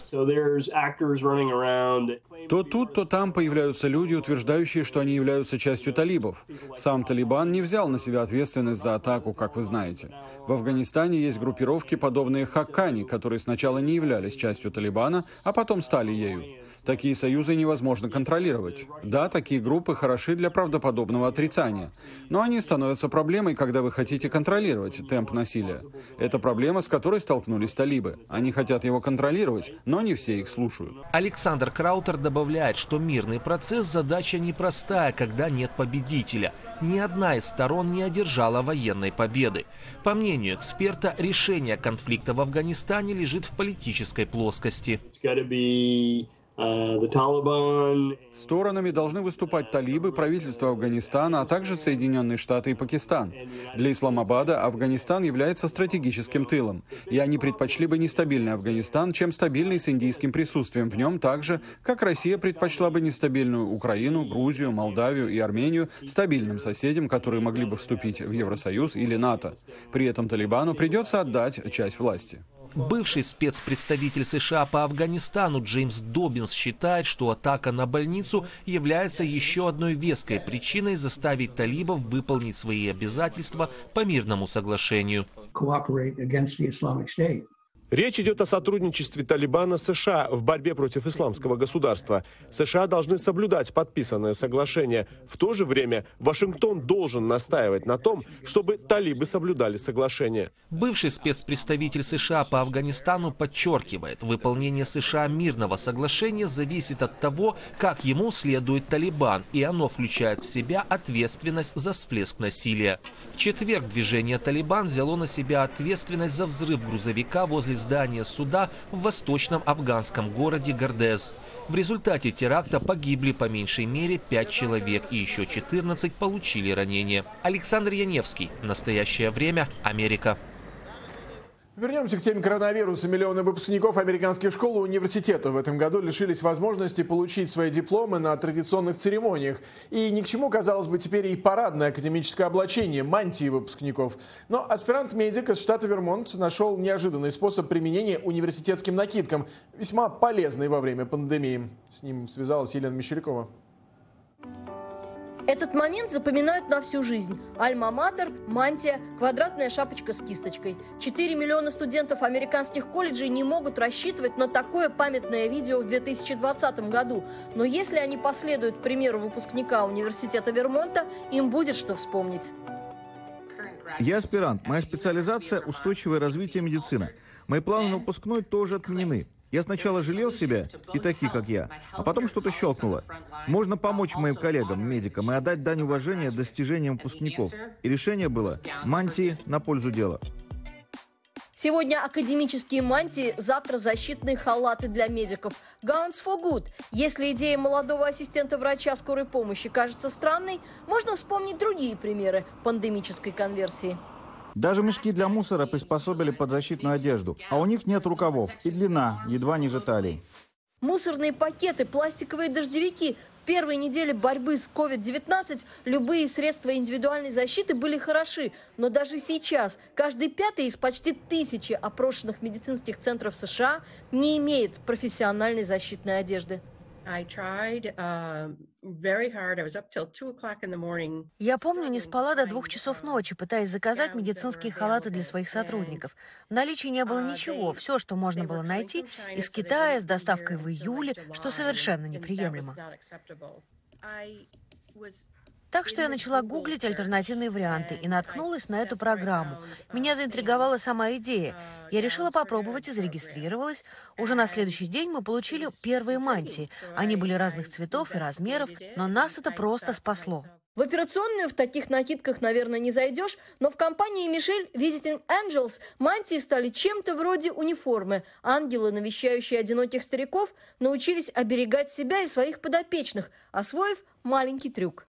То тут, то там появляются люди, утверждающие, что они являются частью талибов. Сам Талибан не взял на себя ответственность за атаку, как вы знаете. В Афганистане есть группировки, подобные Хаккани, которые сначала не являлись частью Талибана, а потом стали ею. Такие союзы невозможно контролировать. Да, такие группы хороши для правдоподобного отрицания. Но они становятся проблемой, когда вы хотите контролировать темп насилия. Это проблема, с которой столкнулись талибы. Они хотят его контролировать, но не все их слушают. Александр Краутер добавляет, что мирный процесс – задача непростая, когда нет победителя. Ни одна из сторон не одержала военной победы. По мнению эксперта, решение конфликта в Афганистане лежит в политической плоскости. Сторонами должны выступать талибы, правительство Афганистана, а также Соединенные Штаты и Пакистан. Для Исламабада Афганистан является стратегическим тылом, и они предпочли бы нестабильный Афганистан, чем стабильный с индийским присутствием в нем, так же, как Россия предпочла бы нестабильную Украину, Грузию, Молдавию и Армению стабильным соседям, которые могли бы вступить в Евросоюз или НАТО. При этом Талибану придется отдать часть власти. Бывший спецпредставитель США по Афганистану Джеймс Доббинс считает, что атака на больницу является еще одной веской причиной заставить талибов выполнить свои обязательства по мирному соглашению. Речь идет о сотрудничестве Талибана с США в борьбе против исламского государства. США должны соблюдать подписанное соглашение. В то же время Вашингтон должен настаивать на том, чтобы талибы соблюдали соглашение. Бывший спецпредставитель США по Афганистану подчеркивает, выполнение США мирного соглашения зависит от того, как ему следует Талибан, и оно включает в себя ответственность за всплеск насилия. В четверг движение Талибан взяло на себя ответственность за взрыв грузовика возле здания суда в восточном афганском городе Гардез. В результате теракта погибли по меньшей мере 5 человек и еще 14 получили ранения. Александр Яневский. Настоящее время. Америка. Вернемся к теме коронавируса. Миллионы выпускников американских школ и университетов в этом году лишились возможности получить свои дипломы на традиционных церемониях. И ни к чему, казалось бы, теперь и парадное академическое облачение, мантии выпускников. Но аспирант-медик из штата Вермонт нашел неожиданный способ применения университетским накидкам, весьма полезный во время пандемии. С ним связалась Елена Мещерякова. Этот момент запоминают на всю жизнь. Альма-матер, мантия, квадратная шапочка с кисточкой. 4 миллиона студентов американских колледжей не могут рассчитывать на такое памятное видео в 2020 году. Но если они последуют примеру выпускника университета Вермонта, им будет что вспомнить. Я аспирант. Моя специализация – устойчивое развитие медицины. Мои планы на выпускной тоже отменены. Я сначала жалел себя и таких, как я, а потом что-то щелкнуло. Можно помочь моим коллегам, медикам, и отдать дань уважения достижениям выпускников. И решение было – мантии на пользу дела. Сегодня академические мантии, завтра защитные халаты для медиков. Gowns for good. Если идея молодого ассистента врача скорой помощи кажется странной, можно вспомнить другие примеры пандемической конверсии. Даже мешки для мусора приспособили под защитную одежду, а у них нет рукавов и длина едва ниже талии. Мусорные пакеты, пластиковые дождевики. В первой неделе борьбы с COVID-19 любые средства индивидуальной защиты были хороши. Но даже сейчас каждый пятый из почти 1000 опрошенных медицинских центров США не имеет профессиональной защитной одежды. Я помню, не спала до 2 часов ночи, пытаясь заказать медицинские халаты для своих сотрудников. В наличии не было ничего. Все, что можно было найти, из Китая с доставкой в июле, что совершенно неприемлемо. Так что я начала гуглить альтернативные варианты и наткнулась на эту программу. Меня заинтриговала сама идея. Я решила попробовать и зарегистрировалась. Уже на следующий день мы получили первые мантии. Они были разных цветов и размеров, но нас это просто спасло. В операционную в таких накидках, наверное, не зайдешь, но в компании Мишель Visiting Angels мантии стали чем-то вроде униформы. Ангелы, навещающие одиноких стариков, научились оберегать себя и своих подопечных, освоив маленький трюк.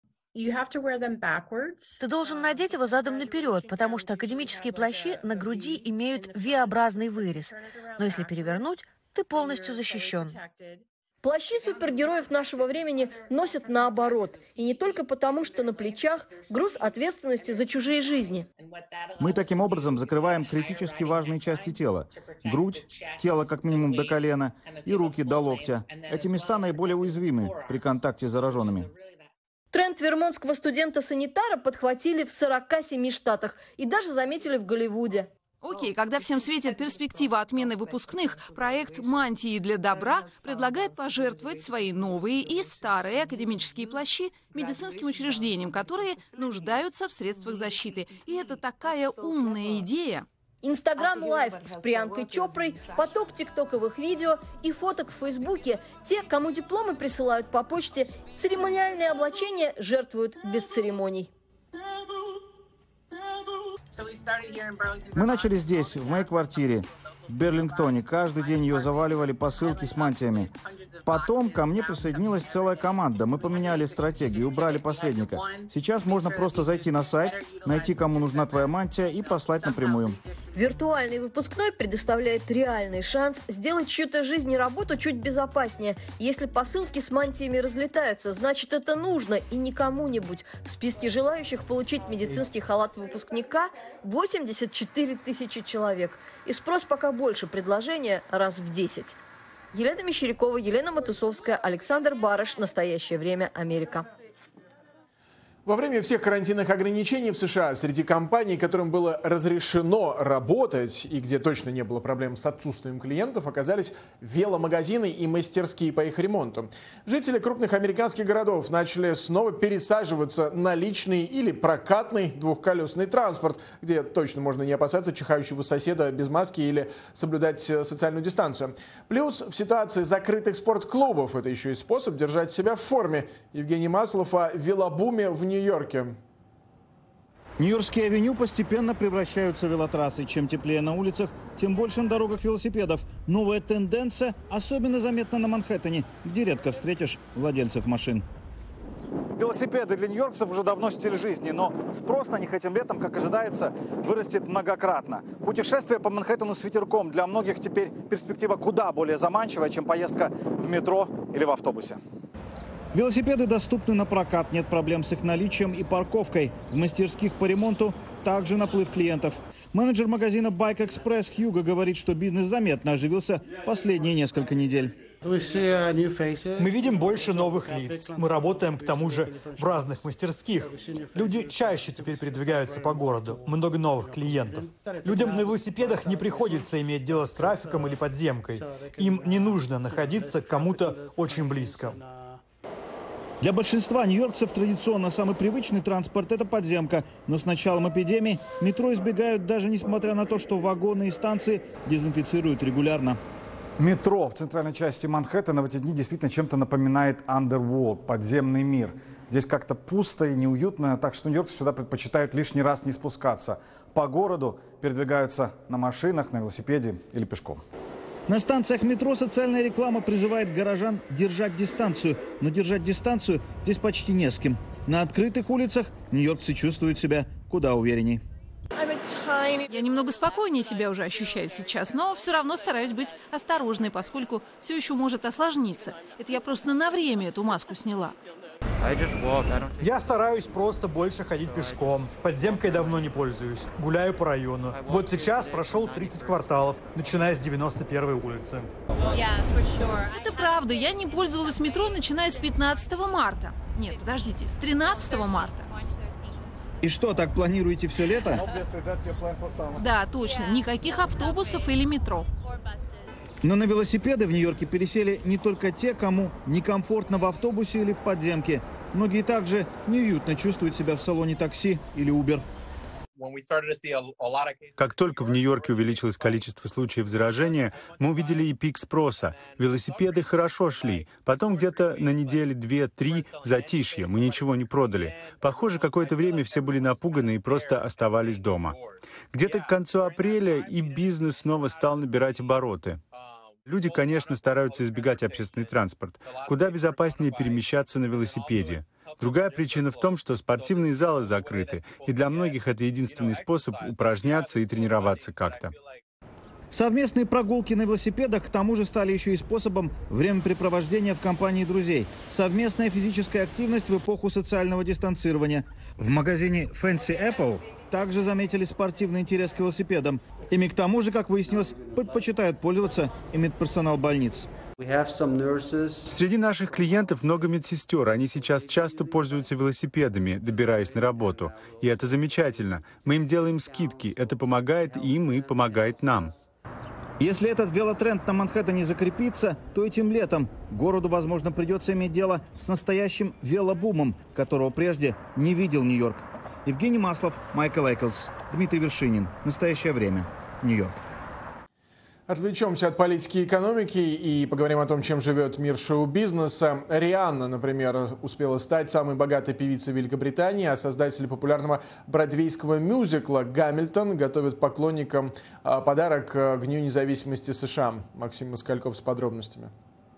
Ты должен надеть его задом наперед, потому что академические плащи на груди имеют V-образный вырез. Но если перевернуть, ты полностью защищен. Плащи супергероев нашего времени носят наоборот. И не только потому, что на плечах груз ответственности за чужие жизни. Мы таким образом закрываем критически важные части тела. Грудь, тело как минимум до колена и руки до локтя. Эти места наиболее уязвимы при контакте с зараженными. Тренд вермонтского студента-санитара подхватили в 47 штатах и даже заметили в Голливуде. Окей, когда всем светит перспектива отмены выпускных, проект «Мантии для добра» предлагает пожертвовать свои новые и старые академические плащи медицинским учреждениям, которые нуждаются в средствах защиты. И это такая умная идея. Инстаграм Лайв с Приянкой Чопрой, поток тиктоковых видео и фоток в Фейсбуке. Те, кому дипломы присылают по почте, церемониальные облачения жертвуют без церемоний. Мы начали здесь, в моей квартире, в Берлингтоне. Каждый день ее заваливали посылки с мантиями. Потом ко мне присоединилась целая команда. Мы поменяли стратегию, убрали посредника. Сейчас можно просто зайти на сайт, найти, кому нужна твоя мантия, и послать напрямую. Виртуальный выпускной предоставляет реальный шанс сделать чью-то жизнь и работу чуть безопаснее. Если посылки с мантиями разлетаются, значит, это нужно и не кому-нибудь. В списке желающих получить медицинский халат выпускника 84 тысячи человек. И спрос пока больше, предложения раз в 10. Елена Мещерякова, Елена Матусовская, Александр Барыш. Настоящее время. Америка. Во время всех карантинных ограничений в США среди компаний, которым было разрешено работать и где точно не было проблем с отсутствием клиентов, оказались веломагазины и мастерские по их ремонту. Жители крупных американских городов начали снова пересаживаться на личный или прокатный двухколесный транспорт, где точно можно не опасаться чихающего соседа без маски или соблюдать социальную дистанцию. Плюс в ситуации закрытых спортклубов это еще и способ держать себя в форме. Евгений Маслов о велобуме в Нью-Йорке. Нью-Йоркские авеню постепенно превращаются в велотрассы. Чем теплее на улицах, тем больше на дорогах велосипедов. Новая тенденция особенно заметна на Манхэттене, где редко встретишь владельцев машин. Велосипеды для нью-йоркцев уже давно стиль жизни, но спрос на них этим летом, как ожидается, вырастет многократно. Путешествие по Манхэттену с ветерком для многих теперь перспектива куда более заманчивая, чем поездка в метро или в автобусе. Велосипеды доступны на прокат, нет проблем с их наличием и парковкой. В мастерских по ремонту также наплыв клиентов. Менеджер магазина Bike Express Хьюго говорит, что бизнес заметно оживился последние несколько недель. Мы видим больше новых лиц. Мы работаем, к тому же, в разных мастерских. Люди чаще теперь передвигаются по городу. Много новых клиентов. Людям на велосипедах не приходится иметь дело с трафиком или подземкой. Им не нужно находиться к кому-то очень близко. Для большинства нью-йоркцев традиционно самый привычный транспорт – это подземка. Но с началом эпидемии метро избегают даже несмотря на то, что вагоны и станции дезинфицируют регулярно. Метро в центральной части Манхэттена в эти дни действительно чем-то напоминает Underworld – подземный мир. Здесь как-то пусто и неуютно, так что нью-йоркцы сюда предпочитают лишний раз не спускаться. По городу передвигаются на машинах, на велосипеде или пешком. На станциях метро социальная реклама призывает горожан держать дистанцию. Но держать дистанцию здесь почти не с кем. На открытых улицах нью-йоркцы чувствуют себя куда уверенней. Я немного спокойнее себя уже ощущаю сейчас, но все равно стараюсь быть осторожной, поскольку все еще может осложниться. Это я просто на время эту маску сняла. Я стараюсь просто больше ходить пешком. Подземкой давно не пользуюсь. Гуляю по району. Вот сейчас прошел 30 кварталов, начиная с 91-й улицы. Это правда. Я не пользовалась метро, начиная с 15 марта. Нет, подождите, с 13 марта. И что, так планируете все лето? Да, точно. Никаких автобусов или метро. Но на велосипеды в Нью-Йорке пересели не только те, кому некомфортно в автобусе или в подземке. Многие также неуютно чувствуют себя в салоне такси или Uber. Как только в Нью-Йорке увеличилось количество случаев заражения, мы увидели и пик спроса. Велосипеды хорошо шли. Потом где-то на неделе 2-3 затишье. Мы ничего не продали. Похоже, какое-то время все были напуганы и просто оставались дома. Где-то к концу апреля и бизнес снова стал набирать обороты. Люди, конечно, стараются избегать общественный транспорт. Куда безопаснее перемещаться на велосипеде. Другая причина в том, что спортивные залы закрыты, и для многих это единственный способ упражняться и тренироваться как-то. Совместные прогулки на велосипедах к тому же стали еще и способом времяпрепровождения в компании друзей. Совместная физическая активность в эпоху социального дистанцирования. В магазине Fancy Apple также заметили спортивный интерес к велосипедам. Ими к тому же, как выяснилось, предпочитают пользоваться и медперсонал больниц. Среди наших клиентов много медсестер. Они сейчас часто пользуются велосипедами, добираясь на работу. И это замечательно. Мы им делаем скидки. Это помогает им и помогает нам. Если этот велотренд на Манхэттене закрепится, то этим летом городу, возможно, придется иметь дело с настоящим велобумом, которого прежде не видел Нью-Йорк. Евгений Маслов, Майкл Эйклс, Дмитрий Вершинин. Настоящее время. Нью-Йорк. Отвлечемся от политики и экономики и поговорим о том, чем живет мир шоу-бизнеса. Рианна, например, успела стать самой богатой певицей Великобритании, а создатели популярного бродвейского мюзикла «Гамильтон» готовят поклонникам подарок к Дню независимости США. Максим Москальков с подробностями.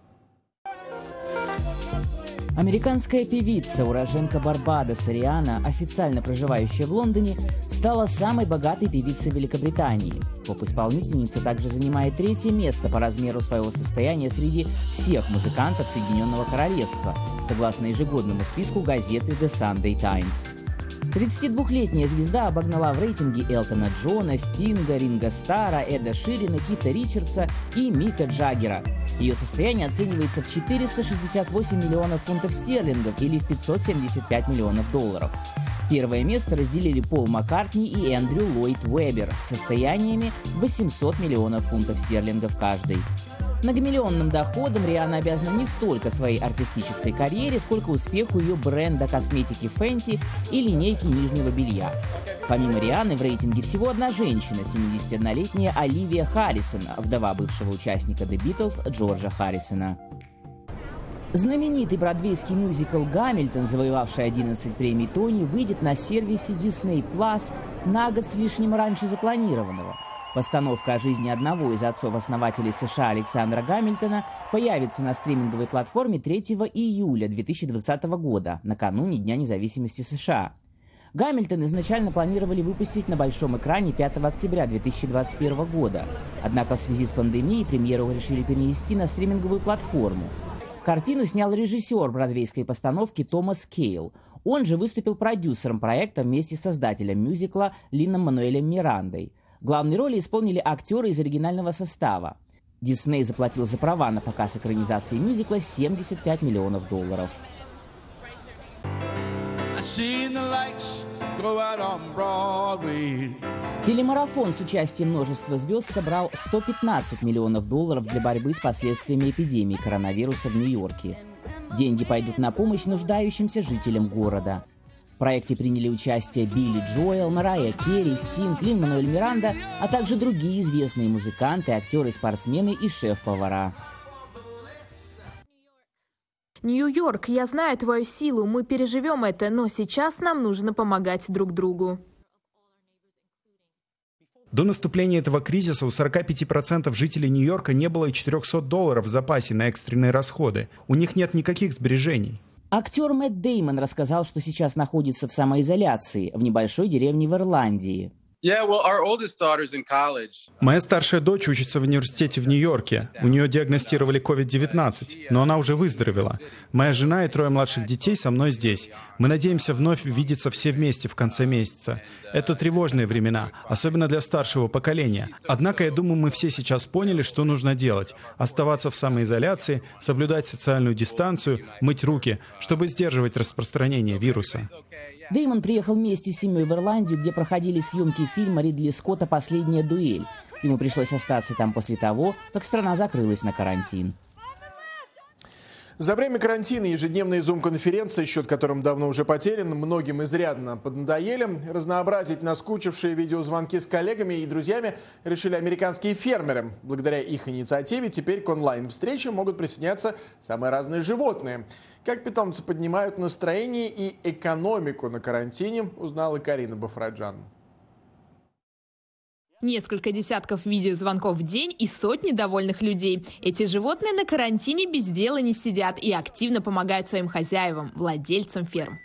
Американская певица, уроженка Барбадоса Рианна, официально проживающая в Лондоне, стала самой богатой певицей Великобритании. Поп-исполнительница также занимает 3-е место по размеру своего состояния среди всех музыкантов Соединенного Королевства, согласно ежегодному списку газеты The Sunday Times. 32-летняя звезда обогнала в рейтинге Элтона Джона, Стинга, Ринго Стара, Эда Ширина, Кита Ричардса и Мика Джаггера. Ее состояние оценивается в 468 миллионов фунтов стерлингов или в 575 миллионов долларов. Первое место разделили Пол Маккартни и Эндрю Ллойд Уэббер с состояниями 800 миллионов фунтов стерлингов каждый. Многомиллионным доходом Рианна обязана не столько своей артистической карьере, сколько успеху ее бренда косметики Fenty и линейки нижнего белья. Помимо Рианны в рейтинге всего одна женщина, 71-летняя Оливия Харрисона, вдова бывшего участника The Beatles Джорджа Харрисона. Знаменитый бродвейский мюзикл «Гамильтон», завоевавший 11 премий Тони, выйдет на сервисе Disney Plus на год с лишним раньше запланированного. Постановка о жизни одного из отцов-основателей США Александра Гамильтона появится на стриминговой платформе 3 июля 2020 года, накануне Дня независимости США. «Гамильтон» изначально планировали выпустить на большом экране 5 октября 2021 года, однако в связи с пандемией премьеру решили перенести на стриминговую платформу. Картину снял режиссер бродвейской постановки Томас Кейл. Он же выступил продюсером проекта вместе с создателем мюзикла Лин-Мануэлем Мирандой. Главные роли исполнили актеры из оригинального состава. Дисней заплатил за права на показ экранизации мюзикла 75 миллионов долларов. Телемарафон с участием множества звезд собрал 115 миллионов долларов для борьбы с последствиями эпидемии коронавируса в Нью-Йорке. Деньги пойдут на помощь нуждающимся жителям города. В проекте приняли участие Билли Джоэл, Марайя Керри, Стинг, Лин-Мануэль Миранда, а также другие известные музыканты, актеры, спортсмены и шеф-повара. Нью-Йорк, я знаю твою силу, мы переживем это, но сейчас нам нужно помогать друг другу. До наступления этого кризиса у 45% жителей Нью-Йорка не было и $400 в запасе на экстренные расходы. У них нет никаких сбережений. Актер Мэтт Дэймон рассказал, что сейчас находится в самоизоляции в небольшой деревне в Ирландии. Моя старшая дочь учится в университете в Нью-Йорке. У нее диагностировали COVID-19, но она уже выздоровела. Моя жена и 3 младших детей со мной здесь. Мы надеемся вновь видеться все вместе в конце месяца. Это тревожные времена, особенно для старшего поколения. Однако, я думаю, мы все сейчас поняли, что нужно делать. Оставаться в самоизоляции, соблюдать социальную дистанцию, мыть руки, чтобы сдерживать распространение вируса. Дэймон приехал вместе с семьей в Ирландию, где проходили съемки фильма Ридли Скотта «Последняя дуэль». Ему пришлось остаться там после того, как страна закрылась на карантин. За время карантина ежедневные зум-конференции, счет которым давно уже потерян, многим изрядно поднадоели. Разнообразить наскучившие видеозвонки с коллегами и друзьями решили американские фермеры. Благодаря их инициативе теперь к онлайн-встречам могут присоединяться самые разные животные. Как питомцы поднимают настроение и экономику на карантине, узнала Карина Бафраджан. Несколько десятков видеозвонков в день и сотни довольных людей. Эти животные на карантине без дела не сидят и активно помогают своим хозяевам, владельцам ферм.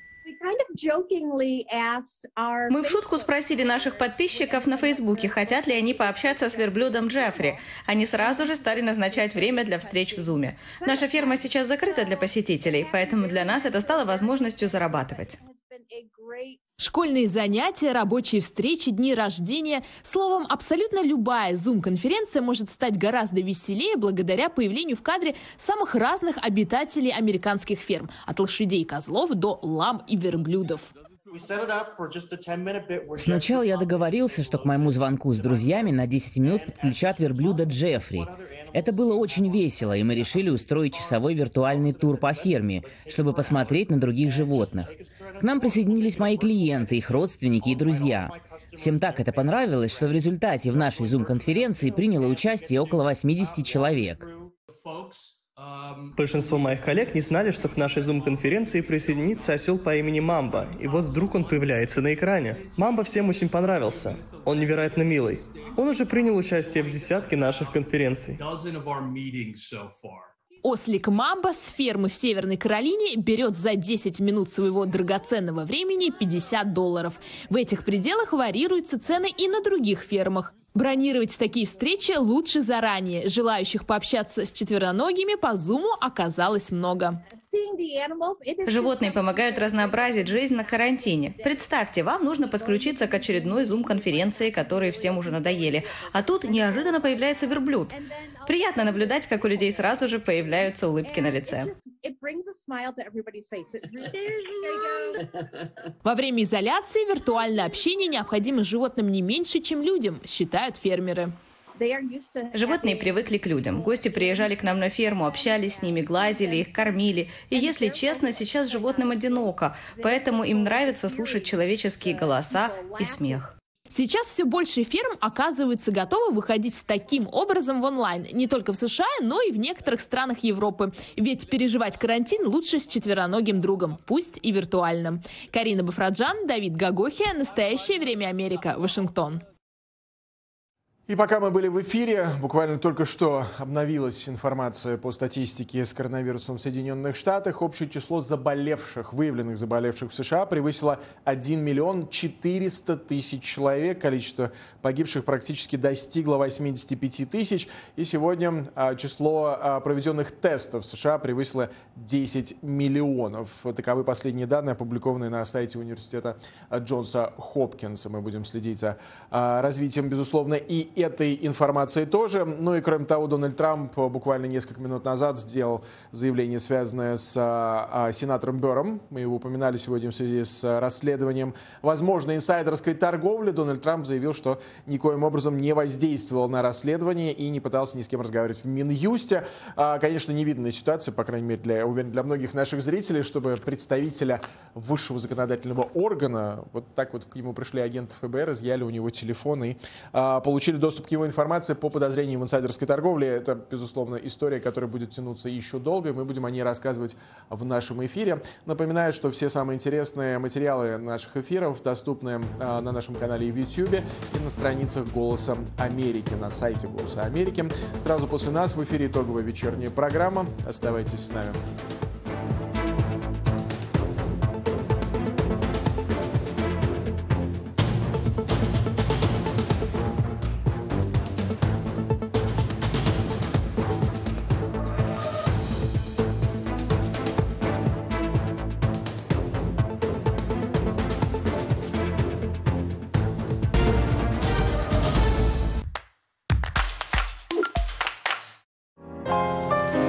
Мы в шутку спросили наших подписчиков на Фейсбуке, хотят ли они пообщаться с верблюдом Джеффри. Они сразу же стали назначать время для встреч в Зуме. Наша ферма сейчас закрыта для посетителей, поэтому для нас это стало возможностью зарабатывать. Школьные занятия, рабочие встречи, дни рождения. Словом, абсолютно любая зум-конференция может стать гораздо веселее благодаря появлению в кадре самых разных обитателей американских ферм. От лошадей и козлов до лам и верблюдов. Сначала я договорился, что к моему звонку с друзьями на 10 минут подключат верблюда Джеффри. Это было очень весело, и мы решили устроить часовой виртуальный тур по ферме, чтобы посмотреть на других животных. К нам присоединились мои клиенты, их родственники и друзья. Всем так это понравилось, что в результате в нашей зум-конференции приняло участие около 80 человек. Большинство моих коллег не знали, что к нашей зум-конференции присоединится осел по имени Мамба, и вот вдруг он появляется на экране. Мамба всем очень понравился. Он невероятно милый. Он уже принял участие в десятке наших конференций. Ослик Мамба с фермы в Северной Каролине берет за 10 минут своего драгоценного времени $50. В этих пределах варьируются цены и на других фермах. Бронировать такие встречи лучше заранее. Желающих пообщаться с четвероногими по Зуму оказалось много. Животные помогают разнообразить жизнь на карантине. Представьте, вам нужно подключиться к очередной зум-конференции, которые всем уже надоели. А тут неожиданно появляется верблюд. Приятно наблюдать, как у людей сразу же появляются улыбки на лице. Во время изоляции виртуальное общение необходимо животным не меньше, чем людям, считают фермеры. Животные привыкли к людям. Гости приезжали к нам на ферму, общались с ними, гладили их, кормили. И если честно, сейчас животным одиноко, поэтому им нравится слушать человеческие голоса и смех. Сейчас все больше ферм оказываются готовы выходить таким образом в онлайн. Не только в США, но и в некоторых странах Европы. Ведь переживать карантин лучше с четвероногим другом, пусть и виртуальным. Карина Бафраджан, Давид Гагохи. Настоящее время Америка. Вашингтон. И пока мы были в эфире, буквально только что обновилась информация по статистике с коронавирусом в Соединенных Штатах. Общее число выявленных заболевших в США превысило 1 400 000 человек. Количество погибших практически достигло 85 тысяч. И сегодня число проведенных тестов в США превысило 10 миллионов. Таковы последние данные, опубликованные на сайте университета Джонса Хопкинса. Мы будем следить за развитием, безусловно, и этой информации тоже. Ну и кроме того, Дональд Трамп буквально несколько минут назад сделал заявление, связанное с сенатором Бёрром. Мы его упоминали сегодня в связи с расследованием возможной инсайдерской торговли. Дональд Трамп заявил, что никоим образом не воздействовал на расследование и не пытался ни с кем разговаривать в Минюсте. Конечно, невиданная ситуация, по крайней мере, уверен, для многих наших зрителей, чтобы представителя высшего законодательного органа, вот так вот к нему пришли агенты ФБР, изъяли у него телефон и получили доступ к его информации по подозрениям в инсайдерской торговле. Это, безусловно, история, которая будет тянуться еще долго, и мы будем о ней рассказывать в нашем эфире. Напоминаю, что все самые интересные материалы наших эфиров доступны на нашем канале в YouTube и на страницах «Голоса Америки», на сайте «Голоса Америки». Сразу после нас в эфире итоговая вечерняя программа. Оставайтесь с нами.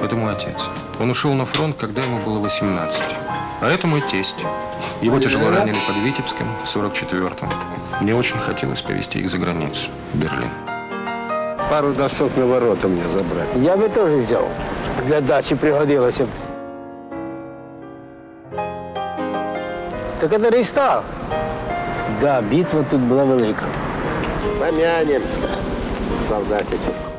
Это мой отец. Он ушел на фронт, когда ему было 18. А это мой тесть. Его тяжело ранили под Витебском в 44-м. Мне очень хотелось повезти их за границу, в Берлин. Пару досок на ворота мне забрать. Я бы тоже взял. Для дачи пригодилось. Так это Рейхстаг. Да, битва тут была велика. Помянем, солдатики.